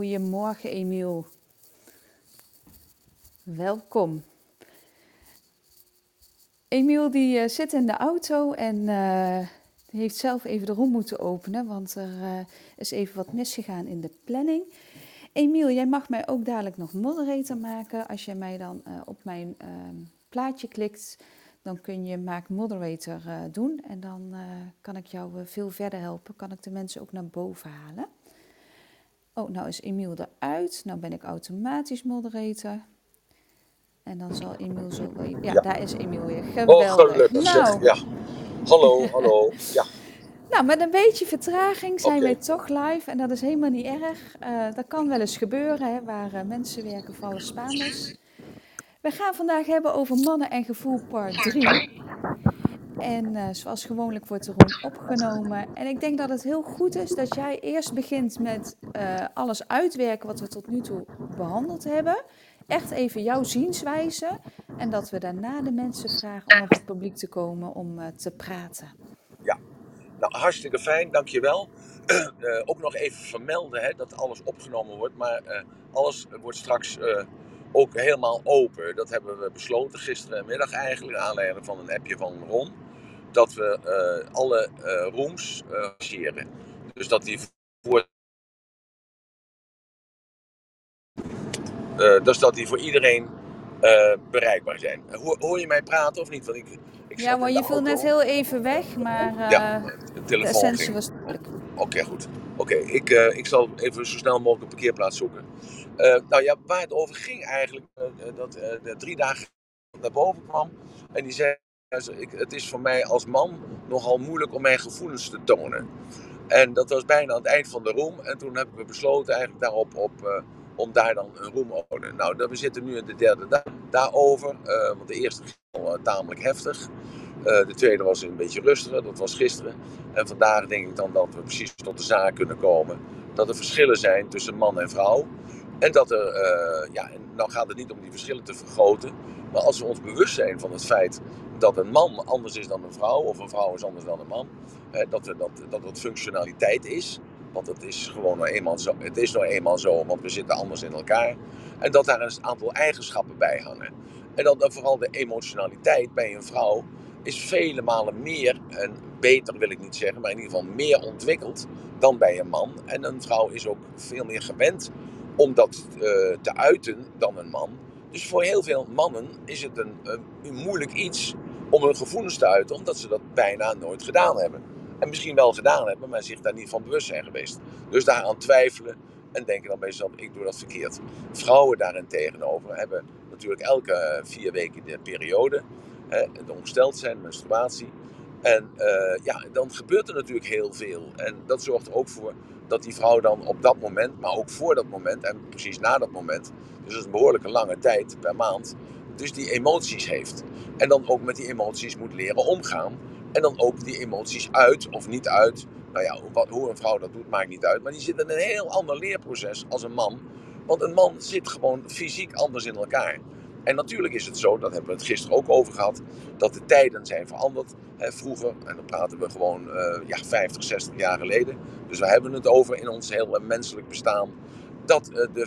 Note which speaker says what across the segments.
Speaker 1: Goedemorgen Emiel, welkom. Emiel die zit in de auto en die heeft zelf even de room moeten openen, want er is even wat misgegaan in de planning. Emiel, jij mag mij ook dadelijk nog moderator maken. Als jij mij dan op mijn plaatje klikt, dan kun je maak moderator doen. En dan kan ik jou veel verder helpen, kan ik de mensen ook naar boven halen. Oh, nou is Emiel eruit. Nou ben ik automatisch moderator. En dan zal Emiel zo... Ja, daar is Emiel weer.
Speaker 2: Oh,
Speaker 1: Geweldig.
Speaker 2: gelukkig zeg.
Speaker 1: Nou,
Speaker 2: Ja. Hallo. Ja,
Speaker 1: nou, met een beetje vertraging zijn
Speaker 2: oké.
Speaker 1: wij toch live. En dat is helemaal niet erg. Dat kan wel eens gebeuren, hè, waar mensen werken vallen Spaanders. We gaan vandaag hebben over mannen en gevoel part 3. En zoals gewoonlijk wordt de room opgenomen. En ik denk dat het heel goed is dat jij eerst begint met alles uitwerken wat we tot nu toe behandeld hebben. Echt even jouw zienswijze. En dat we daarna de mensen vragen om op het publiek te komen om te praten.
Speaker 2: Ja, nou hartstikke fijn, dankjewel. Ook nog even vermelden hè, dat alles opgenomen wordt, maar alles wordt straks ook helemaal open. Dat hebben we besloten gisterenmiddag eigenlijk, naar aanleiding van een appje van Ron. Dat we alle rooms sharen. Dus dat die voor iedereen bereikbaar zijn. Hoor je mij praten of niet? Want ik
Speaker 1: Ja,
Speaker 2: zat
Speaker 1: maar
Speaker 2: in de
Speaker 1: je viel net
Speaker 2: auto.
Speaker 1: heel even weg, maar
Speaker 2: Ja, de
Speaker 1: de
Speaker 2: telefoon
Speaker 1: essentie
Speaker 2: ging.
Speaker 1: was duidelijk.
Speaker 2: Oké, goed. Oké, ik zal even zo snel mogelijk een parkeerplaats zoeken. Nou ja, waar het over ging eigenlijk, dat de 3 dagen naar boven kwam. En die zei, het is voor mij als man nogal moeilijk om mijn gevoelens te tonen. En dat was bijna aan het eind van de room. En toen hebben we besloten eigenlijk daarop om daar dan een room te houden. Nou, we zitten nu in de derde dag daarover. Want de eerste ging al tamelijk heftig. De tweede was een beetje rustiger, dat was gisteren. En vandaag denk ik dan dat we precies tot de zaak kunnen komen. Dat er verschillen zijn tussen man en vrouw. En dat er, en nou gaat het niet om die verschillen te vergroten. Maar als we ons bewust zijn van het feit dat een man anders is dan een vrouw. Of een vrouw is anders dan een man. Dat het functionaliteit is. Want het is gewoon nou eenmaal zo. Het is nou eenmaal zo, want we zitten anders in elkaar. En dat daar een aantal eigenschappen bij hangen. En dan vooral de emotionaliteit bij een vrouw is vele malen meer en beter wil ik niet zeggen, maar in ieder geval meer ontwikkeld dan bij een man. En een vrouw is ook veel meer gewend om dat te uiten dan een man. Dus voor heel veel mannen is het een moeilijk iets om hun gevoelens te uiten, omdat ze dat bijna nooit gedaan hebben. En misschien wel gedaan hebben, maar zich daar niet van bewust zijn geweest. Dus daaraan twijfelen en denken dan bij jezelf, ik doe dat verkeerd. Vrouwen daarentegenover hebben natuurlijk elke 4 weken de periode. De ongesteld zijn, menstruatie. En dan gebeurt er natuurlijk heel veel. En dat zorgt er ook voor dat die vrouw dan op dat moment, maar ook voor dat moment en precies na dat moment, dus dat is een behoorlijke lange tijd per maand, dus die emoties heeft. En dan ook met die emoties moet leren omgaan. En dan ook die emoties uit of niet uit. Nou ja, hoe een vrouw dat doet, maakt niet uit. Maar die zit in een heel ander leerproces als een man. Want een man zit gewoon fysiek anders in elkaar. En natuurlijk is het zo, dat hebben we het gisteren ook over gehad, dat de tijden zijn veranderd. Vroeger, en dan praten we gewoon 50, 60 jaar geleden. Dus we hebben het over in ons heel menselijk bestaan. Dat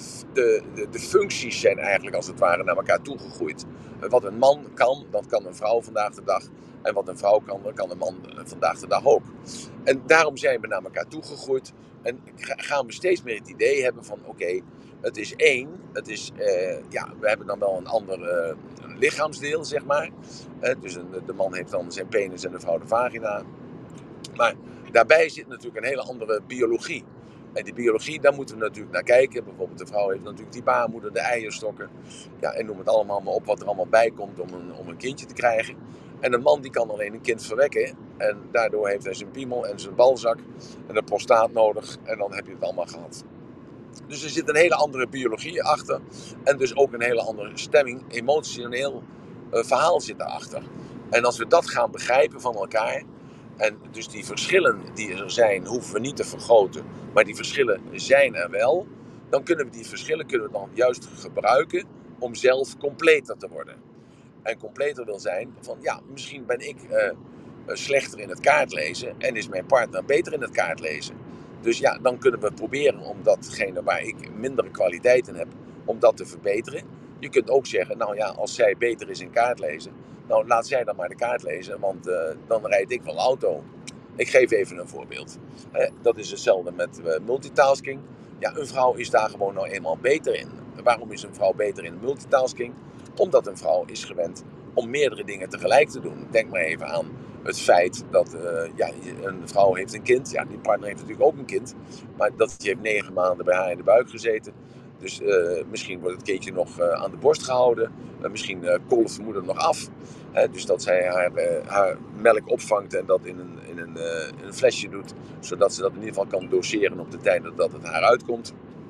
Speaker 2: de functies zijn eigenlijk als het ware naar elkaar toegegroeid. Wat een man kan, dat kan een vrouw vandaag de dag. En wat een vrouw kan, dat kan een man vandaag de dag ook. En daarom zijn we naar elkaar toegegroeid. En gaan we steeds meer het idee hebben van oké, het is één. Het is, we hebben dan wel een ander lichaamsdeel, zeg maar. Dus de man heeft dan zijn penis en de vrouw de vagina. Maar daarbij zit natuurlijk een hele andere biologie. En die biologie, daar moeten we natuurlijk naar kijken. Bijvoorbeeld de vrouw heeft natuurlijk die baarmoeder, de eierstokken. Ja, en noem het allemaal maar op wat er allemaal bij komt om een kindje te krijgen. En een man die kan alleen een kind verwekken. En daardoor heeft hij zijn piemel en zijn balzak en een prostaat nodig. En dan heb je het allemaal gehad. Dus er zit een hele andere biologie achter. En dus ook een hele andere stemming, emotioneel verhaal zit daarachter. En als we dat gaan begrijpen van elkaar. En dus die verschillen die er zijn, hoeven we niet te vergroten. Maar die verschillen zijn er wel. Dan kunnen we die verschillen dan juist gebruiken om zelf completer te worden. En completer wil zijn van ja, misschien ben ik slechter in het kaartlezen en is mijn partner beter in het kaartlezen. Dus ja, dan kunnen we proberen om datgene waar ik mindere kwaliteit in heb, om dat te verbeteren. Je kunt ook zeggen, nou ja, als zij beter is in kaartlezen, nou laat zij dan maar de kaart lezen, want dan rijd ik wel auto. Ik geef even een voorbeeld. Dat is hetzelfde met multitasking. Ja, een vrouw is daar gewoon nou eenmaal beter in. Waarom is een vrouw beter in multitasking? Omdat een vrouw is gewend om meerdere dingen tegelijk te doen. Denk maar even aan het feit dat een vrouw heeft een kind. Ja, die partner heeft natuurlijk ook een kind. Maar die heeft 9 maanden bij haar in de buik gezeten. Dus misschien wordt het kindje nog aan de borst gehouden. Misschien kolft de moeder nog af. Dus dat zij haar melk opvangt en dat in een flesje doet. Zodat ze dat in ieder geval kan doseren op de tijd dat het haar uitkomt.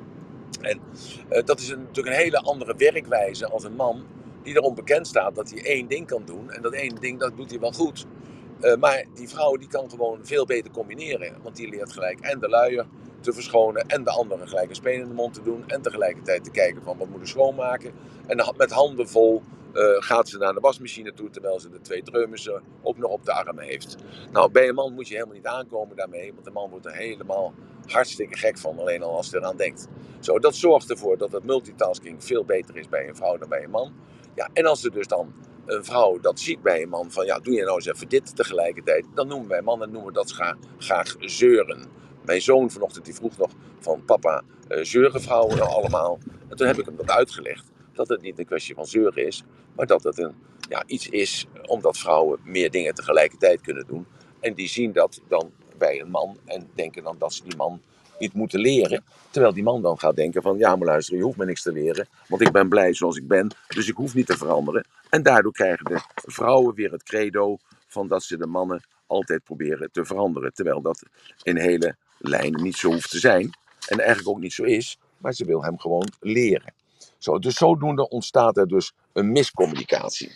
Speaker 2: En dat is natuurlijk een hele andere werkwijze als een man die erom bekend staat dat hij één ding kan doen. En dat één ding, dat doet hij wel goed. Maar die vrouw die kan gewoon veel beter combineren. Want die leert gelijk en de luier te verschonen en de andere gelijk een speen in de mond te doen. En tegelijkertijd te kijken van wat moet ik schoonmaken. En met handen vol gaat ze naar de wasmachine toe terwijl ze de 2 dreumissen ook nog op de armen heeft. Nou, bij een man moet je helemaal niet aankomen daarmee. Want de man wordt er helemaal hartstikke gek van, alleen al als hij eraan denkt. Zo, dat zorgt ervoor dat het multitasking veel beter is bij een vrouw dan bij een man. Ja, en als er dus dan een vrouw dat ziet bij een man van ja, doe je nou eens even dit tegelijkertijd, dan noemen wij mannen dat graag zeuren. Mijn zoon vanochtend die vroeg nog van papa, zeuren vrouwen nou allemaal? En toen heb ik hem dat uitgelegd, dat het niet een kwestie van zeuren is, maar dat het iets is omdat vrouwen meer dingen tegelijkertijd kunnen doen. En die zien dat dan bij een man en denken dan dat ze die man niet moeten leren. Terwijl die man dan gaat denken van ja, maar luister, je hoeft me niks te leren, want ik ben blij zoals ik ben, dus ik hoef niet te veranderen. En daardoor krijgen de vrouwen weer het credo van dat ze de mannen altijd proberen te veranderen. Terwijl dat in hele lijnen niet zo hoeft te zijn. En eigenlijk ook niet zo is. Maar ze wil hem gewoon leren. Zo, dus zodoende ontstaat er dus een miscommunicatie.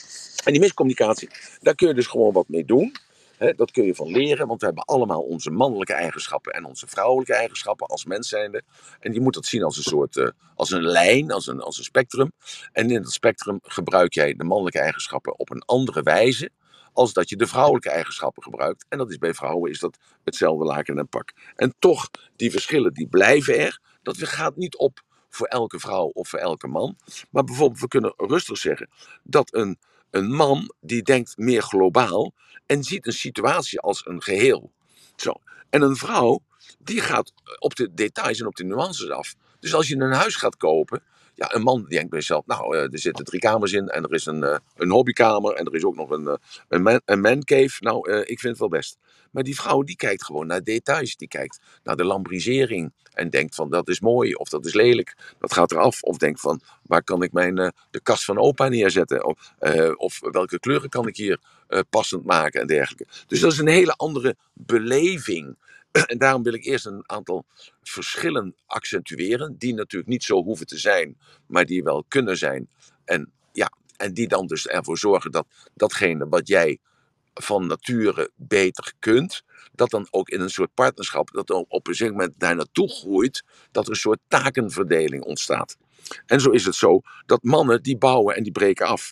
Speaker 2: En die miscommunicatie, daar kun je dus gewoon wat mee doen. Dat kun je van leren, want we hebben allemaal onze mannelijke eigenschappen en onze vrouwelijke eigenschappen als mens zijnde. En je moet dat zien als een soort, als een lijn, als een spectrum. En in dat spectrum gebruik jij de mannelijke eigenschappen op een andere wijze als dat je de vrouwelijke eigenschappen gebruikt. En dat is bij vrouwen is dat hetzelfde laken en pak. En toch, die verschillen die blijven er. Dat gaat niet op voor elke vrouw of voor elke man. Maar bijvoorbeeld, we kunnen rustig zeggen dat een man die denkt meer globaal en ziet een situatie als een geheel. Zo. En een vrouw die gaat op de details en op de nuances af. Dus als je een huis gaat kopen, ja, een man denkt bij zichzelf, nou, er zitten 3 kamers in en er is een hobbykamer en er is ook nog een mancave. Nou, ik vind het wel best. Maar die vrouw die kijkt gewoon naar details. Die kijkt naar de lambrisering en denkt van dat is mooi of dat is lelijk. Dat gaat eraf. Of denkt van waar kan ik de kast van opa neerzetten? Of welke kleuren kan ik hier passend maken en dergelijke. Dus dat is een hele andere beleving. En daarom wil ik eerst een aantal verschillen accentueren, die natuurlijk niet zo hoeven te zijn, maar die wel kunnen zijn. En, ja, en die dan dus ervoor zorgen dat datgene wat jij van nature beter kunt, dat dan ook in een soort partnerschap, dat dan op een gegeven moment daar naartoe groeit, dat er een soort takenverdeling ontstaat. En zo is het zo dat mannen die bouwen en die breken af.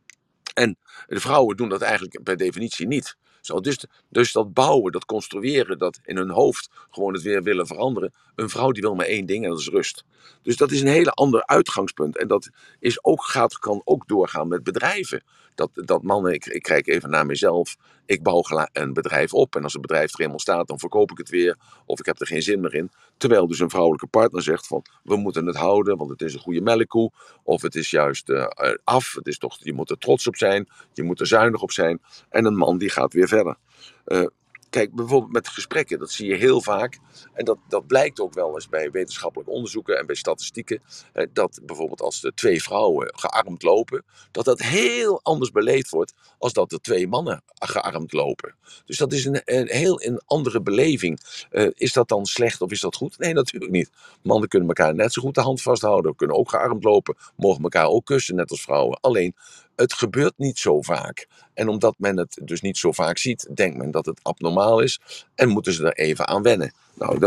Speaker 2: En de vrouwen doen dat eigenlijk per definitie niet. Zo, dus dat bouwen, dat construeren, dat in hun hoofd gewoon het weer willen veranderen. Een vrouw die wil maar één ding en dat is rust. Dus dat is een hele ander uitgangspunt. En dat is kan ook doorgaan met bedrijven. Dat mannen, ik kijk even naar mezelf. Ik bouw een bedrijf op. En als het bedrijf er eenmaal staat, dan verkoop ik het weer. Of ik heb er geen zin meer in. Terwijl dus een vrouwelijke partner zegt van, we moeten het houden, want het is een goede melkkoe. Of het is juist af. Het is toch, je moet er trots op zijn. Je moet er zuinig op zijn. En een man die gaat weer verder. Kijk, bijvoorbeeld met gesprekken, dat zie je heel vaak. En dat blijkt ook wel eens bij wetenschappelijke onderzoeken en bij statistieken. Dat bijvoorbeeld als de 2 vrouwen gearmd lopen, dat heel anders beleefd wordt als dat er 2 mannen gearmd lopen. Dus dat is een andere beleving. Is dat dan slecht of is dat goed? Nee, natuurlijk niet. Mannen kunnen elkaar net zo goed de hand vasthouden, kunnen ook gearmd lopen, mogen elkaar ook kussen, net als vrouwen. Alleen, het gebeurt niet zo vaak. En omdat men het dus niet zo vaak ziet, denkt men dat het abnormaal is en moeten ze er even aan wennen. Nou,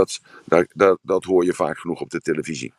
Speaker 2: dat hoor je vaak genoeg op de televisie.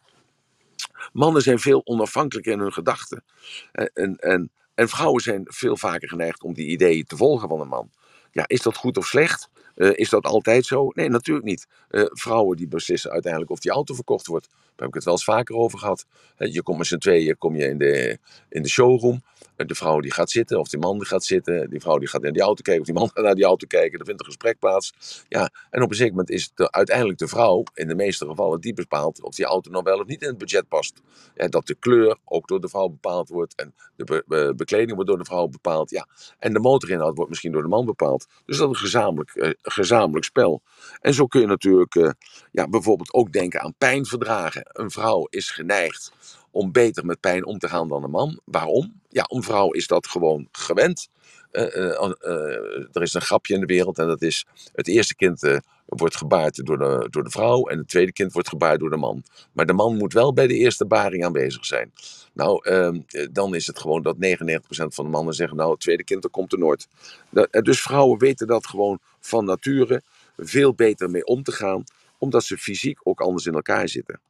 Speaker 2: Mannen zijn veel onafhankelijker in hun gedachten. En vrouwen zijn veel vaker geneigd om die ideeën te volgen van een man. Ja, is dat goed of slecht? Is dat altijd zo? Nee, natuurlijk niet. Vrouwen die beslissen uiteindelijk of die auto verkocht wordt. Daar heb ik het wel eens vaker over gehad. Je komt met z'n tweeën in de showroom. De vrouw die gaat zitten, of die man die gaat zitten. Die vrouw die gaat naar die auto kijken, of die man gaat naar die auto kijken. Er vindt een gesprek plaats. Ja, en op een zeker moment is het uiteindelijk de vrouw, in de meeste gevallen, die bepaalt of die auto nou wel of niet in het budget past. Ja, dat de kleur ook door de vrouw bepaald wordt. En de bekleding wordt door de vrouw bepaald. Ja. En de motorinhoud wordt misschien door de man bepaald. Dus dat is een gezamenlijk spel. En zo kun je natuurlijk bijvoorbeeld ook denken aan pijnverdragen. Een vrouw is geneigd om beter met pijn om te gaan dan een man. Waarom? Ja, een vrouw is dat gewoon gewend. Er is een grapje in de wereld en dat is: het eerste kind wordt gebaard door de vrouw en het tweede kind wordt gebaard door de man. Maar de man moet wel bij de eerste baring aanwezig zijn. Nou, dan is het gewoon dat 99% van de mannen zeggen: nou, het tweede kind, dat komt er nooit. Dus vrouwen weten dat gewoon van nature veel beter mee om te gaan, omdat ze fysiek ook anders in elkaar zitten.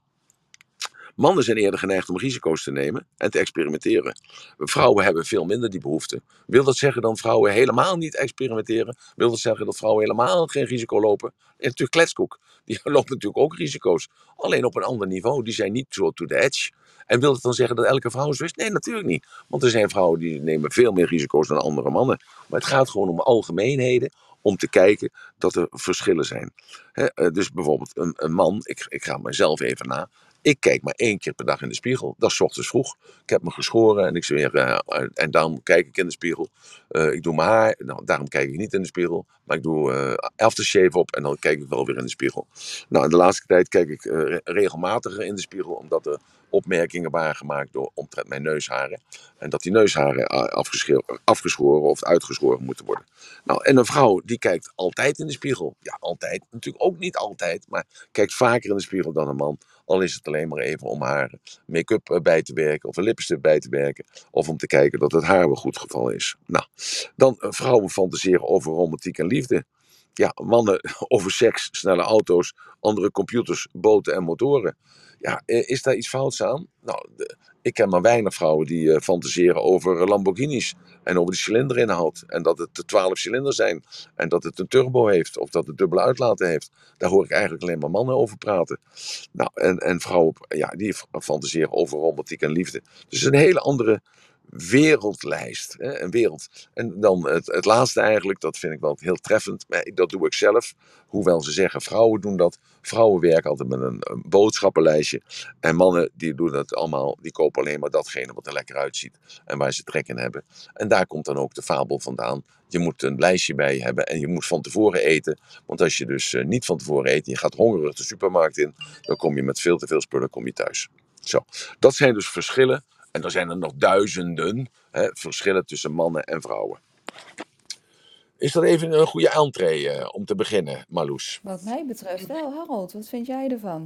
Speaker 2: Mannen zijn eerder geneigd om risico's te nemen en te experimenteren. Vrouwen hebben veel minder die behoefte. Wil dat zeggen dat vrouwen helemaal niet experimenteren? Wil dat zeggen dat vrouwen helemaal geen risico lopen? En natuurlijk kletskoek. Die lopen natuurlijk ook risico's. Alleen op een ander niveau. Die zijn niet zo to the edge. En wil dat dan zeggen dat elke vrouw zo is? Nee, natuurlijk niet. Want er zijn vrouwen die nemen veel meer risico's dan andere mannen. Maar het gaat gewoon om algemeenheden. Om te kijken dat er verschillen zijn. Dus bijvoorbeeld een man. Ik ga mezelf even na. Ik kijk maar 1 keer per dag in de spiegel. Dat is 's ochtends vroeg. Ik heb me geschoren en ik zweer, en daarom kijk ik in de spiegel. Ik doe mijn haar, nou, daarom kijk ik niet in de spiegel. Maar ik doe aftershave op en dan kijk ik wel weer in de spiegel. Nou, in de laatste tijd kijk ik regelmatiger in de spiegel, omdat er opmerkingen waren gemaakt omtrent mijn neusharen. En dat die neusharen afgeschoren of uitgeschoren moeten worden. Nou, en een vrouw die kijkt altijd in de spiegel. Ja, altijd. Natuurlijk ook niet altijd, maar kijkt vaker in de spiegel dan een man. Al is het alleen maar even om haar make-up bij te werken of een lippenstift bij te werken. Of om te kijken dat het haar wel goed gevallen is. Nou, dan vrouwen fantaseren over romantiek en liefde. Ja, mannen over seks, snelle auto's, andere computers, boten en motoren. Ja, is daar iets fouts aan? Nou, ik ken maar weinig vrouwen die fantaseren over Lamborghinis en over de cilinderinhoud. En dat het 12 cilinders zijn en dat het een turbo heeft of dat het dubbele uitlaten heeft. Daar hoor ik eigenlijk alleen maar mannen over praten. Nou, en vrouwen, ja, die fantaseren over romantiek en liefde. Dus een hele andere wereldlijst. Hè, een wereld. En dan het laatste eigenlijk, dat vind ik wel heel treffend. Maar dat doe ik zelf. Hoewel ze zeggen, vrouwen doen dat. Vrouwen werken altijd met een boodschappenlijstje. En mannen, die doen dat allemaal. Die kopen alleen maar datgene wat er lekker uitziet. En waar ze trek in hebben. En daar komt dan ook de fabel vandaan. Je moet een lijstje bij je hebben. En je moet van tevoren eten. Want als je dus niet van tevoren eet. En je gaat hongerig de supermarkt in. Dan kom je met veel te veel spullen thuis. Zo, dat zijn dus verschillen. En er zijn er nog duizenden verschillen tussen mannen en vrouwen. Is dat even een goede entree om te beginnen, Marloes?
Speaker 1: Wat mij betreft wel. Harold, wat vind jij ervan?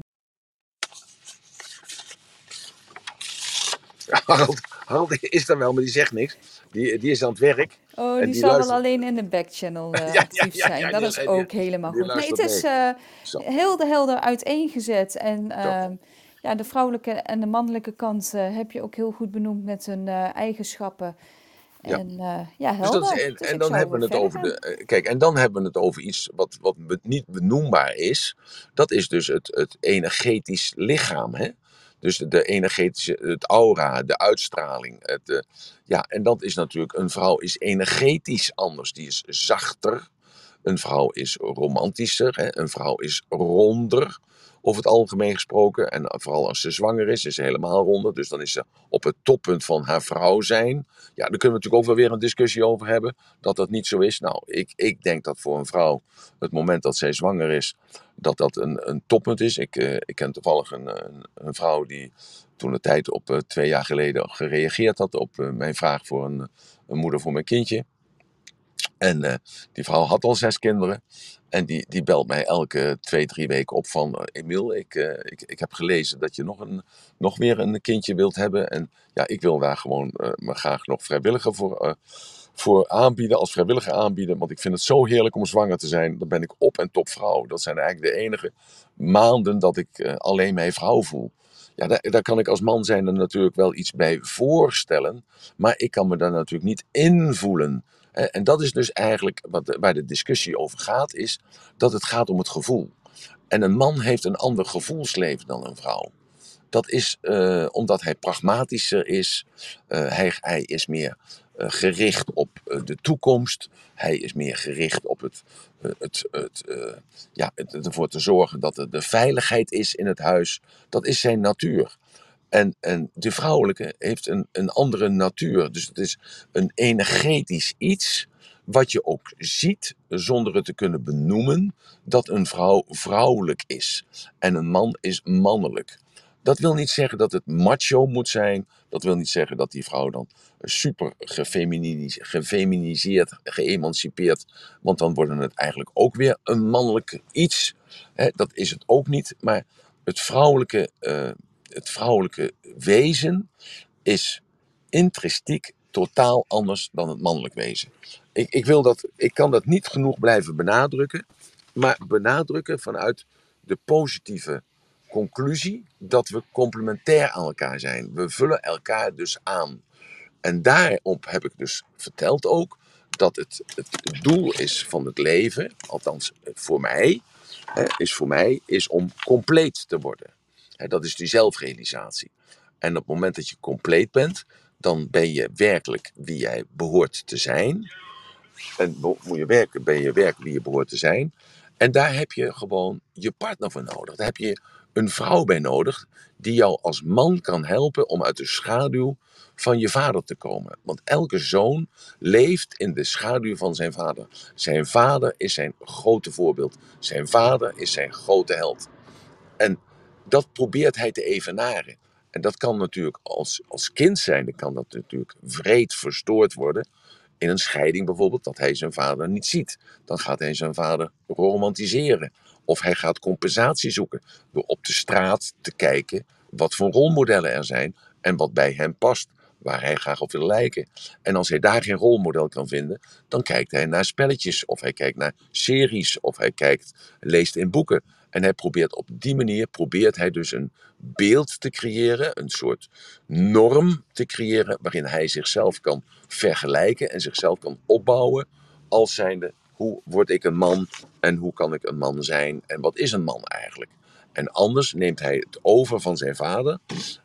Speaker 2: Harold is er wel, maar die zegt niks. Die is aan het werk.
Speaker 1: Oh,
Speaker 2: En
Speaker 1: die
Speaker 2: die
Speaker 1: zal wel
Speaker 2: luistert.
Speaker 1: alleen in de backchannel
Speaker 2: Ja,
Speaker 1: actief zijn. Dat is ook helemaal
Speaker 2: die
Speaker 1: goed. Nee, het
Speaker 2: luistert
Speaker 1: is
Speaker 2: mee. Zo,
Speaker 1: heel helder uiteengezet. En
Speaker 2: zo.
Speaker 1: ja, de vrouwelijke en de mannelijke kant heb je ook heel goed benoemd met hun eigenschappen.
Speaker 2: Ja.
Speaker 1: En ja,
Speaker 2: Dus dat is,
Speaker 1: helder. Dus
Speaker 2: en
Speaker 1: ik
Speaker 2: dan hebben
Speaker 1: zou
Speaker 2: we het
Speaker 1: verder
Speaker 2: over
Speaker 1: gaan.
Speaker 2: kijk, en dan hebben we het over iets wat niet benoembaar is. Dat is dus het energetisch lichaam. Hè? Dus de energetische, het aura, de uitstraling. Ja, en dat is natuurlijk, een vrouw is energetisch anders. Die is zachter. Een vrouw is romantischer. Hè? Een vrouw is ronder. Over het algemeen gesproken. En vooral als ze zwanger is ze helemaal ronder. Dus dan is ze op het toppunt van haar vrouw zijn. Ja, daar kunnen we natuurlijk ook wel weer een discussie over hebben. Dat dat niet zo is. Nou, ik denk dat voor een vrouw, het moment dat zij zwanger is, dat een toppunt is. Ik ken toevallig een vrouw die toen de tijd op 2 jaar geleden gereageerd had op mijn vraag voor een moeder voor mijn kindje. En die vrouw had al 6 kinderen. En die belt mij elke 2-3 weken op van Emiel, ik heb gelezen dat je nog weer een kindje wilt hebben. En ja, ik wil daar gewoon me graag nog vrijwilliger voor aanbieden, als vrijwilliger aanbieden. Want ik vind het zo heerlijk om zwanger te zijn. Dan ben ik op en top vrouw. Dat zijn eigenlijk de enige maanden dat ik alleen mij vrouw voel. Ja, daar kan ik als man zijn er natuurlijk wel iets bij voorstellen. Maar ik kan me daar natuurlijk niet in voelen. En dat is dus eigenlijk waar de discussie over gaat, is dat het gaat om het gevoel. En een man heeft een ander gevoelsleven dan een vrouw. Dat is omdat hij pragmatischer is. Hij is meer gericht op de toekomst. Hij is meer gericht op het ervoor te zorgen dat er de veiligheid is in het huis. Dat is zijn natuur. En de vrouwelijke heeft een andere natuur. Dus het is een energetisch iets wat je ook ziet zonder het te kunnen benoemen, dat een vrouw vrouwelijk is en een man is mannelijk. Dat wil niet zeggen dat het macho moet zijn. Dat wil niet zeggen dat die vrouw dan super gefeminiseerd, geëmancipeerd, want dan wordt het eigenlijk ook weer een mannelijk iets. Dat is het ook niet, maar het vrouwelijke wezen is intrinsiek totaal anders dan het mannelijk wezen. Ik kan dat niet genoeg blijven benadrukken, maar benadrukken vanuit de positieve conclusie dat we complementair aan elkaar zijn. We vullen elkaar dus aan. En daarop heb ik dus verteld ook dat het doel is van het leven, althans voor mij, is om compleet te worden. Dat is die zelfrealisatie. En op het moment dat je compleet bent, dan ben je werkelijk wie jij behoort te zijn. En ben je werkelijk wie je behoort te zijn. En daar heb je gewoon je partner voor nodig. Daar heb je een vrouw bij nodig die jou als man kan helpen om uit de schaduw van je vader te komen. Want elke zoon leeft in de schaduw van zijn vader. Zijn vader is zijn grote voorbeeld. Zijn vader is zijn grote held. En dat probeert hij te evenaren. En dat kan natuurlijk als kind zijn, dan kan dat natuurlijk wreed verstoord worden. In een scheiding bijvoorbeeld, dat hij zijn vader niet ziet. Dan gaat hij zijn vader romantiseren. Of hij gaat compensatie zoeken door op de straat te kijken wat voor rolmodellen er zijn en wat bij hem past, waar hij graag op wil lijken. En als hij daar geen rolmodel kan vinden, dan kijkt hij naar spelletjes, of hij kijkt naar series, of hij leest in boeken. En hij probeert op die manier dus een beeld te creëren, een soort norm te creëren, waarin hij zichzelf kan vergelijken en zichzelf kan opbouwen als zijnde: hoe word ik een man en hoe kan ik een man zijn en wat is een man eigenlijk? En anders neemt hij het over van zijn vader.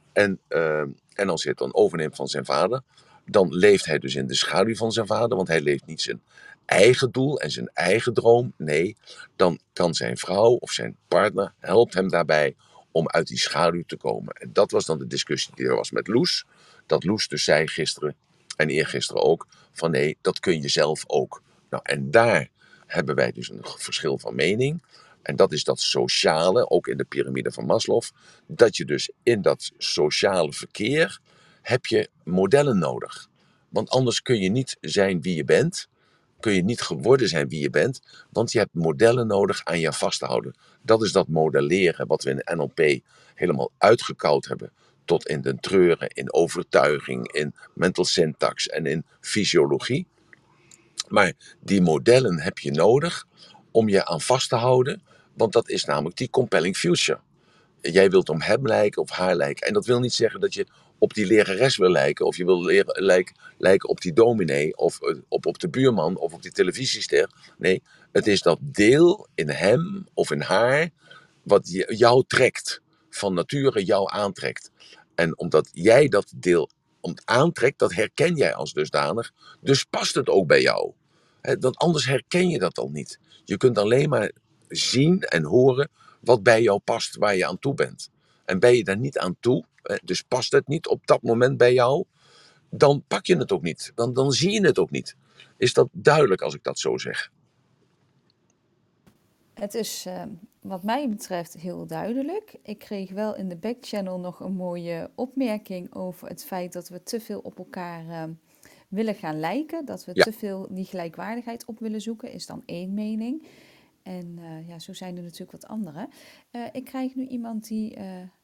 Speaker 2: En als hij het dan overneemt van zijn vader, dan leeft hij dus in de schaduw van zijn vader, want hij leeft niet zijn eigen doel en zijn eigen droom. Nee, dan kan zijn vrouw of zijn partner helpt hem daarbij om uit die schaduw te komen. En dat was dan de discussie die er was met Loes. Dat Loes dus zei gisteren en eergisteren ook van nee, dat kun je zelf ook. Nou, en daar hebben wij dus een verschil van mening. En dat is dat sociale, ook in de piramide van Maslow, dat je dus in dat sociale verkeer heb je modellen nodig. Want anders kun je niet zijn wie je bent, kun je niet geworden zijn wie je bent, want je hebt modellen nodig aan je vast te houden. Dat is dat modelleren wat we in NLP helemaal uitgekoud hebben tot in de treuren, in overtuiging, in mental syntax en in fysiologie. Maar die modellen heb je nodig om je aan vast te houden, want dat is namelijk die compelling future. Jij wilt om hem lijken of haar lijken. En dat wil niet zeggen dat je op die lerares wil lijken, of je wil lijken op die dominee, of op de buurman, of op die televisiester. Nee, het is dat deel in hem of in haar wat jou trekt, van nature jou aantrekt. En omdat jij dat deel aantrekt, dat herken jij als dusdanig, dus past het ook bij jou. Want anders herken je dat al niet. Je kunt alleen maar zien en horen wat bij jou past, waar je aan toe bent. En ben je daar niet aan toe, dus past het niet op dat moment bij jou, dan pak je het ook niet. Dan zie je het ook niet. Is dat duidelijk als ik dat zo zeg?
Speaker 1: Het is wat mij betreft heel duidelijk. Ik kreeg wel in de backchannel nog een mooie opmerking over het feit dat we te veel op elkaar willen gaan lijken. Dat we
Speaker 2: Ja.
Speaker 1: te veel die gelijkwaardigheid op willen zoeken, is dan één mening. En ja, zo zijn er natuurlijk wat andere. Ik krijg nu iemand die...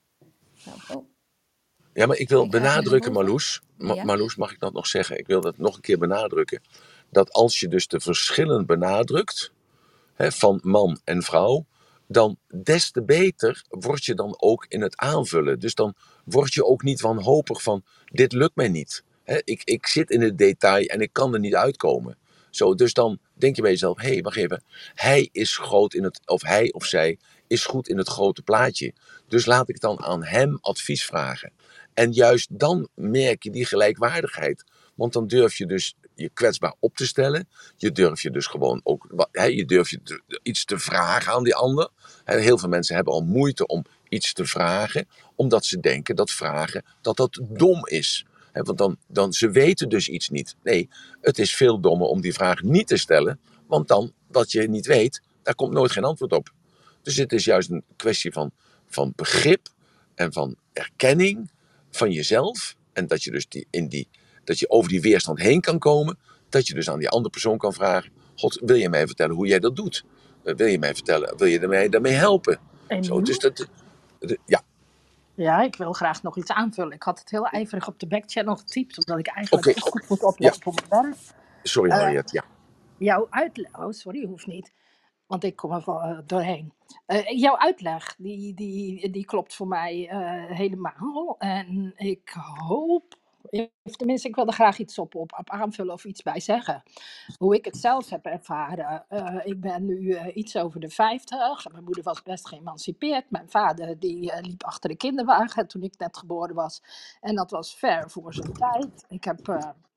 Speaker 2: Ja, maar ik wil
Speaker 1: Hij gaat
Speaker 2: benadrukken,
Speaker 1: hierover.
Speaker 2: Marloes.
Speaker 1: Ja.
Speaker 2: Marloes, mag ik dat nog zeggen? Ik wil dat nog een keer benadrukken. Dat als je dus de verschillen benadrukt, van man en vrouw, dan des te beter word je dan ook in het aanvullen. Dus dan word je ook niet wanhopig van: dit lukt mij niet. Ik zit in het detail en ik kan er niet uitkomen. Zo, dus dan denk je bij jezelf, hé, wacht even. Hij is groot in het, of hij of zij is goed in het grote plaatje. Dus laat ik dan aan hem advies vragen. En juist dan merk je die gelijkwaardigheid. Want dan durf je dus je kwetsbaar op te stellen. Je durft je dus gewoon ook, je durft je iets te vragen aan die ander. Heel veel mensen hebben al moeite om iets te vragen, omdat ze denken dat vragen dat dom is. Want dan ze weten dus iets niet. Nee, het is veel dommer om die vraag niet te stellen, want dan, wat je niet weet, daar komt nooit geen antwoord op. Dus het is juist een kwestie van begrip en van erkenning van jezelf. En dat je dus dat je over die weerstand heen kan komen. Dat je dus aan die andere persoon kan vragen: God, wil je mij vertellen hoe jij dat doet? Wil je mij vertellen, wil je mij daarmee helpen? Zo, dus
Speaker 3: Emiel?
Speaker 2: ja.
Speaker 3: Ja, ik wil graag nog iets aanvullen. Ik had het heel ijverig op de backchannel getypt, omdat ik eigenlijk
Speaker 2: Oké.
Speaker 3: ook goed moet
Speaker 2: Ja.
Speaker 3: opletten op mijn werk.
Speaker 2: Sorry, Harriet. Ja.
Speaker 3: Jouw uitleg... Oh, sorry, hoeft niet. Want ik kom er wel doorheen. Jouw uitleg, die klopt voor mij helemaal. En ik hoop... Tenminste, ik wil er graag iets op aanvullen of iets bij zeggen. Hoe ik het zelf heb ervaren. Ik ben nu iets over de 50. Mijn moeder was best geëmancipeerd. Mijn vader die liep achter de kinderwagen toen ik net geboren was. En dat was ver voor zijn tijd. Ik heb,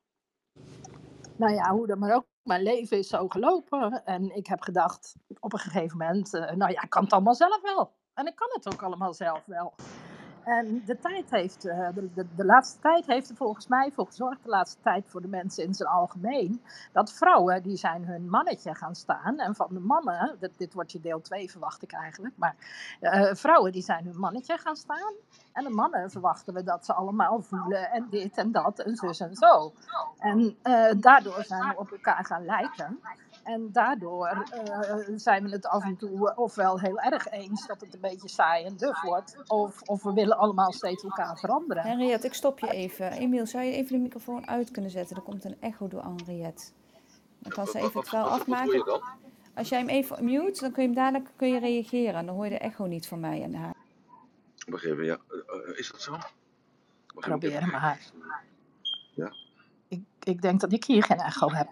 Speaker 3: nou ja, hoe dan maar ook, mijn leven is zo gelopen. En ik heb gedacht op een gegeven moment, nou ja, ik kan het allemaal zelf wel. En ik kan het ook allemaal zelf wel. En de tijd heeft, de laatste tijd heeft er volgens mij voor gezorgd, de laatste tijd voor de mensen in zijn algemeen, dat vrouwen, die zijn hun mannetje gaan staan. En van de mannen, dit wordt je deel 2 verwacht ik eigenlijk, maar vrouwen die zijn hun mannetje gaan staan. En de mannen verwachten we dat ze allemaal voelen en dit en dat en zus en zo. En daardoor zijn we op elkaar gaan lijken. En daardoor zijn we het af en toe ofwel heel erg eens dat het een beetje saai en duf wordt, of we willen allemaal steeds elkaar veranderen.
Speaker 1: Henriette, ik stop je even. Emiel, zou je even de microfoon uit kunnen zetten? Er komt een echo door Henriette. Dan kan ze even het wel afmaken.
Speaker 2: Wat hoor je dan?
Speaker 1: Als jij hem even mute, dan kun je hem dadelijk reageren. Dan hoor je de echo niet van mij en haar.
Speaker 2: Wacht even, ja. Is dat zo?
Speaker 3: Probeer maar.
Speaker 2: Ja.
Speaker 3: Ik denk dat ik hier geen echo heb.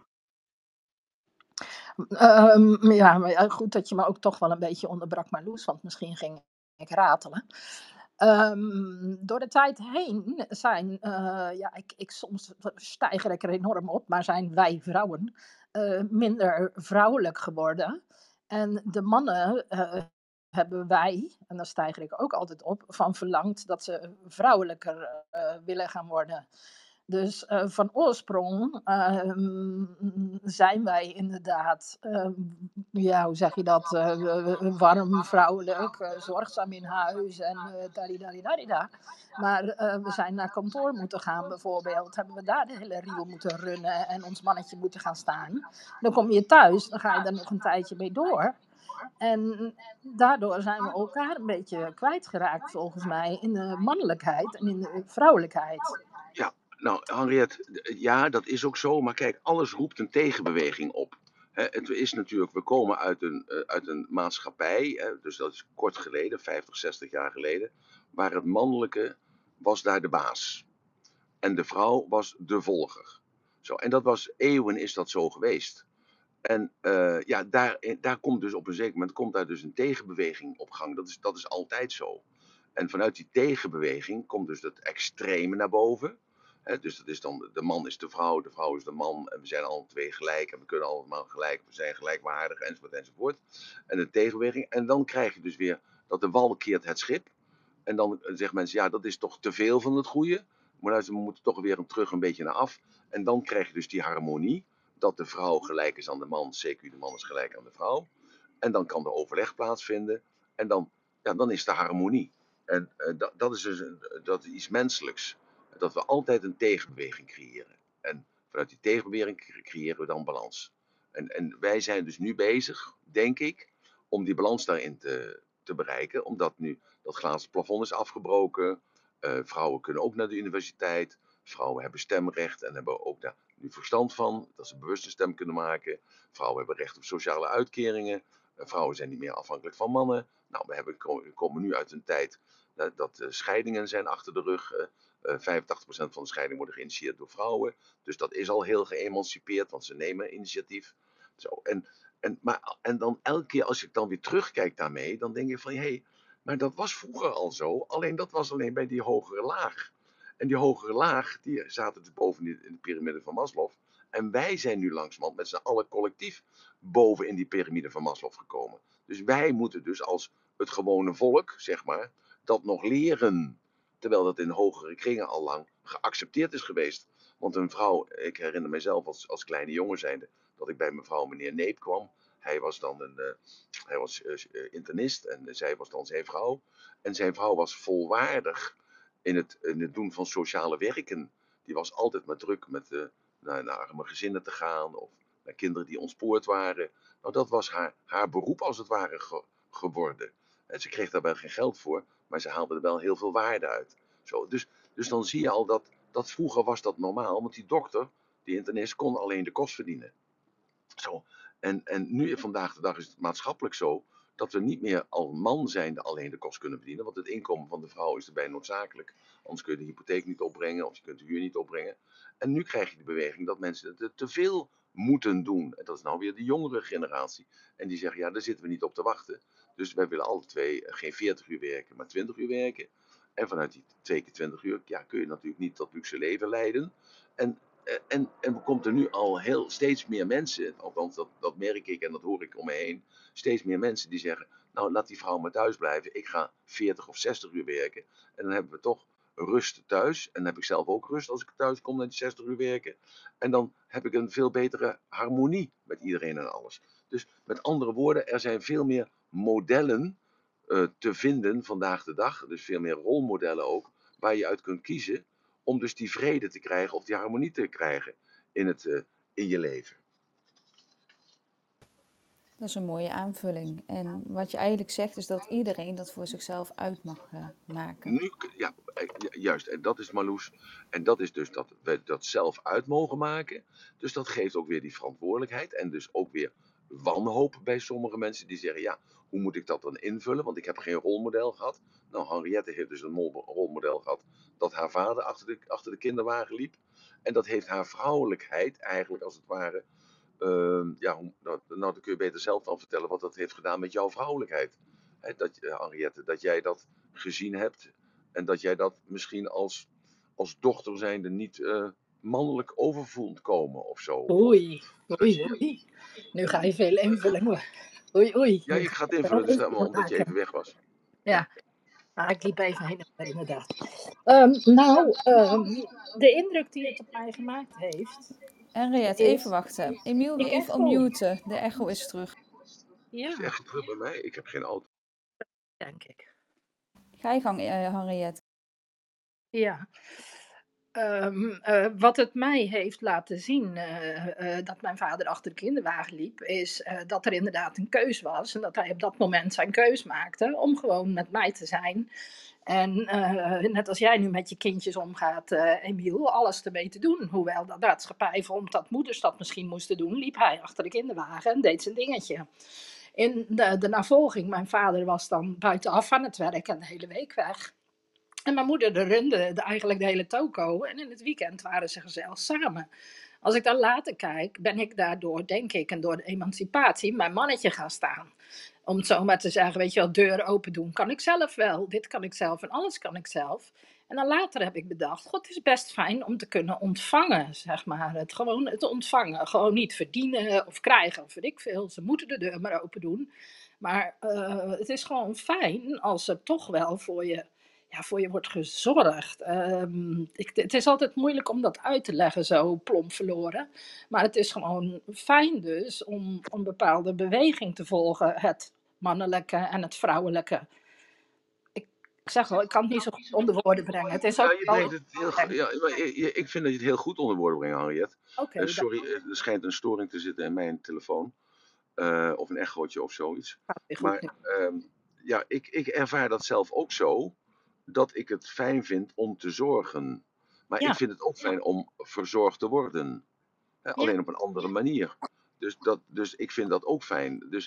Speaker 3: Ja, maar goed dat je me ook toch wel een beetje onderbrak, Marloes, want misschien ging ik ratelen. Door de tijd heen zijn, soms stijger ik er enorm op, maar zijn wij vrouwen minder vrouwelijk geworden. En de mannen hebben wij, en daar stijger ik ook altijd op, van verlangd dat ze vrouwelijker willen gaan worden. Dus van oorsprong zijn wij inderdaad, hoe zeg je dat, warm, vrouwelijk, zorgzaam in huis en dadidadidadida. Maar we zijn naar kantoor moeten gaan bijvoorbeeld, hebben we daar de hele riel moeten runnen en ons mannetje moeten gaan staan. Dan kom je thuis, dan ga je daar nog een tijdje mee door. En daardoor zijn we elkaar een beetje kwijtgeraakt volgens mij in de mannelijkheid en in de vrouwelijkheid.
Speaker 2: Ja, nou, Henriette, ja, dat is ook zo. Maar kijk, alles roept een tegenbeweging op. Het is natuurlijk, we komen uit een maatschappij, dus dat is kort geleden, 50, 60 jaar geleden, waar het mannelijke was daar de baas. En de vrouw was de volger. Zo, en dat was, eeuwen is dat zo geweest. En ja, daar komt dus op een zeker moment komt daar dus een tegenbeweging op gang. Dat is altijd zo. En vanuit die tegenbeweging komt dus dat extreme naar boven. Dus dat is dan, de man is de vrouw is de man. En we zijn alle twee gelijk en we kunnen allemaal gelijk, we zijn gelijkwaardig enzovoort enzovoort. En de tegenbeweging. En dan krijg je dus weer dat de wal keert het schip. En dan zeggen mensen, ja, dat is toch te veel van het goede. Maar we moeten toch weer terug een beetje naar af. En dan krijg je dus die harmonie. Dat de vrouw gelijk is aan de man, CQ de man is gelijk aan de vrouw. En dan kan er overleg plaatsvinden. En dan is de harmonie. En dat is dus dat is iets menselijks. Dat we altijd een tegenbeweging creëren. En vanuit die tegenbeweging creëren we dan balans. En wij zijn dus nu bezig, denk ik, om die balans daarin te bereiken. Omdat nu dat glazen plafond is afgebroken. Vrouwen kunnen ook naar de universiteit. Vrouwen hebben stemrecht en hebben ook daar nu verstand van. Dat ze bewust een stem kunnen maken. Vrouwen hebben recht op sociale uitkeringen. Vrouwen zijn niet meer afhankelijk van mannen. Nou, we komen nu uit een tijd dat scheidingen zijn achter de rug. 85% van de scheidingen worden geïnitieerd door vrouwen. Dus dat is al heel geëmancipeerd, want ze nemen initiatief. Zo, en dan elke keer als ik dan weer terugkijk daarmee, dan denk ik van hé, maar dat was vroeger al zo. Alleen dat was alleen bij die hogere laag. En die hogere laag, die zaten dus boven in de piramide van Maslow. En wij zijn nu langzamerhand met z'n allen collectief boven in die piramide van Maslow gekomen. Dus wij moeten dus als het gewone volk, zeg maar, dat nog leren. Terwijl dat in hogere kringen al lang geaccepteerd is geweest. Want een vrouw, ik herinner mezelf als kleine jongen zijnde, dat ik bij mevrouw meneer Neep kwam. Hij was dan internist en zij was dan zijn vrouw. En zijn vrouw was volwaardig in het doen van sociale werken. Die was altijd maar druk met naar arme gezinnen te gaan of naar kinderen die ontspoord waren. Nou, dat was haar beroep als het ware geworden. En ze kreeg daarbij geen geld voor, maar ze haalde er wel heel veel waarde uit. Zo, dus dan zie je al dat vroeger was dat normaal, want die dokter, die internist, kon alleen de kost verdienen. Zo. En nu vandaag de dag is het maatschappelijk zo dat we niet meer als man zijnde alleen de kost kunnen verdienen. Want het inkomen van de vrouw is erbij noodzakelijk. Anders kun je de hypotheek niet opbrengen of je kunt de huur niet opbrengen. En nu krijg je de beweging dat mensen het te veel moeten doen. En dat is nou weer de jongere generatie. En die zeggen, ja, daar zitten we niet op te wachten. Dus wij willen alle twee geen 40 uur werken, maar 20 uur werken. En vanuit die 2 keer 20 uur ja, kun je natuurlijk niet dat luxe leven leiden. En er komt er nu al steeds meer mensen, althans dat merk ik en dat hoor ik om me heen, steeds meer mensen die zeggen, nou laat die vrouw maar thuis blijven, ik ga 40 of 60 uur werken en dan hebben we toch rust thuis en dan heb ik zelf ook rust als ik thuis kom naar die 60 uur werken en dan heb ik een veel betere harmonie met iedereen en alles. Dus met andere woorden, er zijn veel meer modellen te vinden vandaag de dag, dus veel meer rolmodellen ook, waar je uit kunt kiezen om dus die vrede te krijgen of die harmonie te krijgen in je leven.
Speaker 1: Dat is een mooie aanvulling. En wat je eigenlijk zegt is dat iedereen dat voor zichzelf uit mag maken.
Speaker 2: Nu, ja, juist. En dat is Marloes. En dat is dus dat we dat zelf uit mogen maken. Dus dat geeft ook weer die verantwoordelijkheid. En dus ook weer wanhoop bij sommige mensen die zeggen, ja, hoe moet ik dat dan invullen? Want ik heb geen rolmodel gehad. Nou, Henriette heeft dus een rolmodel gehad dat haar vader achter de kinderwagen liep. En dat heeft haar vrouwelijkheid eigenlijk als het ware. Dan kun je beter zelf dan vertellen wat dat heeft gedaan met jouw vrouwelijkheid. Henriette, dat jij dat gezien hebt en dat jij dat misschien als dochter zijnde niet mannelijk overvoelt komen of zo.
Speaker 3: Oei, oei. Nu ga je veel invullen. Oei.
Speaker 2: Ja, ik ga het invullen dus omdat je even weg was.
Speaker 3: Ja. Ik liep even heen en weer inderdaad. De indruk die het op mij gemaakt heeft.
Speaker 1: Henriette, even wachten. Emiel, wil even unmuten. De echo is terug.
Speaker 3: Ja.
Speaker 2: Is het echt terug bij mij? Ik heb geen auto.
Speaker 3: Denk ik.
Speaker 1: Ga je gang, Henriette.
Speaker 3: Ja. Wat het mij heeft laten zien dat mijn vader achter de kinderwagen liep, is dat er inderdaad een keus was. En dat hij op dat moment zijn keus maakte om gewoon met mij te zijn. En net als jij nu met je kindjes omgaat, Emiel, alles ermee te doen. Hoewel de maatschappij vond dat moeders dat misschien moesten doen, liep hij achter de kinderwagen en deed zijn dingetje. In de navolging, mijn vader was dan buitenaf aan het werk en de hele week weg. En mijn moeder runde eigenlijk de hele toko. En in het weekend waren ze gezellig samen. Als ik dan later kijk, ben ik daardoor, denk ik, en door de emancipatie, mijn mannetje gaan staan. Om het zo maar te zeggen, weet je wel, deuren open doen. Kan ik zelf wel, dit kan ik zelf en alles kan ik zelf. En dan later heb ik bedacht, god, het is best fijn om te kunnen ontvangen, zeg maar. Het ontvangen, gewoon niet verdienen of krijgen of weet ik veel. Ze moeten de deur maar open doen. Maar het is gewoon fijn als er toch wel voor je wordt gezorgd. Het is altijd moeilijk om dat uit te leggen, zo plomp verloren. Maar het is gewoon fijn dus om een bepaalde beweging te volgen. Het mannelijke en het vrouwelijke. Ik zeg wel, ik kan het niet zo goed onder woorden brengen. Het is ook
Speaker 2: je brengt het heel, ik vind dat je het heel goed onder woorden brengt, Henriette. Sorry, er schijnt een storing te zitten in mijn telefoon. Of een echootje of zoiets. Maar ik ervaar dat zelf ook zo, dat ik het fijn vind om te zorgen. Maar ik vind het ook fijn om verzorgd te worden. Alleen op een andere manier. Dus ik vind dat ook fijn.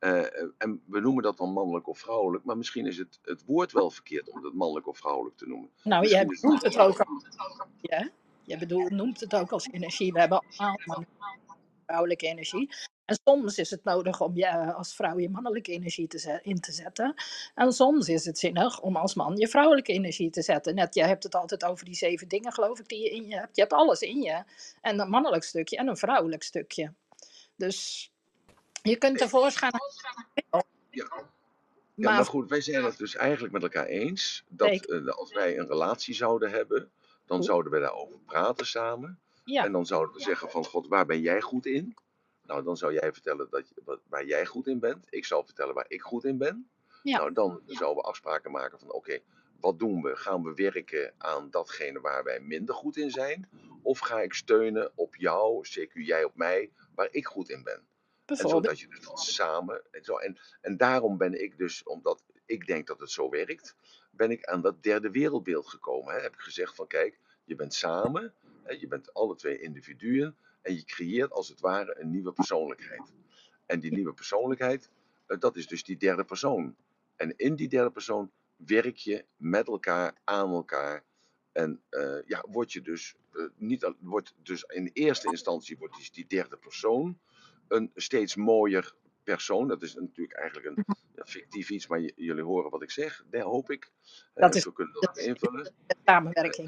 Speaker 2: En we noemen dat dan mannelijk of vrouwelijk, maar misschien is het woord wel verkeerd om het mannelijk of vrouwelijk te noemen.
Speaker 3: Nou,
Speaker 2: Misschien
Speaker 3: jij
Speaker 2: is
Speaker 3: noemt het ook als
Speaker 2: het...
Speaker 3: energie, hè? Noemt het ook als energie. We hebben allemaal vrouwelijke energie. En soms is het nodig om je als vrouw je mannelijke energie in te zetten. En soms is het zinnig om als man je vrouwelijke energie te zetten. Net, je hebt het altijd over die 7 dingen, geloof ik, die je in je hebt. Je hebt alles in je. En een mannelijk stukje en een vrouwelijk stukje. Dus je kunt tevoorschijn halen.
Speaker 2: Ja. Ja, maar
Speaker 3: Maar
Speaker 2: goed, wij zijn het dus eigenlijk met elkaar eens dat
Speaker 3: zeker.
Speaker 2: als wij een relatie zouden hebben, dan
Speaker 3: Goed.
Speaker 2: zouden we daarover praten samen.
Speaker 3: Ja,
Speaker 2: En dan zouden we zeggen van, God, waar ben jij goed in? Nou, dan zou jij vertellen waar jij goed in bent. Ik zou vertellen waar ik goed in ben.
Speaker 3: ja,
Speaker 2: Nou, dan zouden we afspraken maken van, oké, wat doen we? Gaan we werken aan datgene waar wij minder goed in zijn? Of ga ik steunen op jou, CQ jij op mij, waar ik goed in ben? En
Speaker 3: bijvoorbeeld.
Speaker 2: zodat je dus dan samen. En daarom ben ik dus, omdat ik denk dat het zo werkt, ben ik aan dat derde wereldbeeld gekomen. Hè. Heb ik gezegd van kijk, je bent samen, hè, je bent alle twee individuen en je creëert als het ware een nieuwe persoonlijkheid. En die nieuwe persoonlijkheid, dat is dus die derde persoon. En in die derde persoon werk je met elkaar, aan elkaar. En ja, word je dus wordt dus in eerste instantie wordt dus die derde persoon een steeds mooier persoon. Dat is natuurlijk eigenlijk een fictief iets, maar jullie horen wat ik zeg, dat hoop ik.
Speaker 3: Dat is
Speaker 2: Zo kunnen we dat ook
Speaker 3: de
Speaker 2: invullen.
Speaker 3: samenwerking.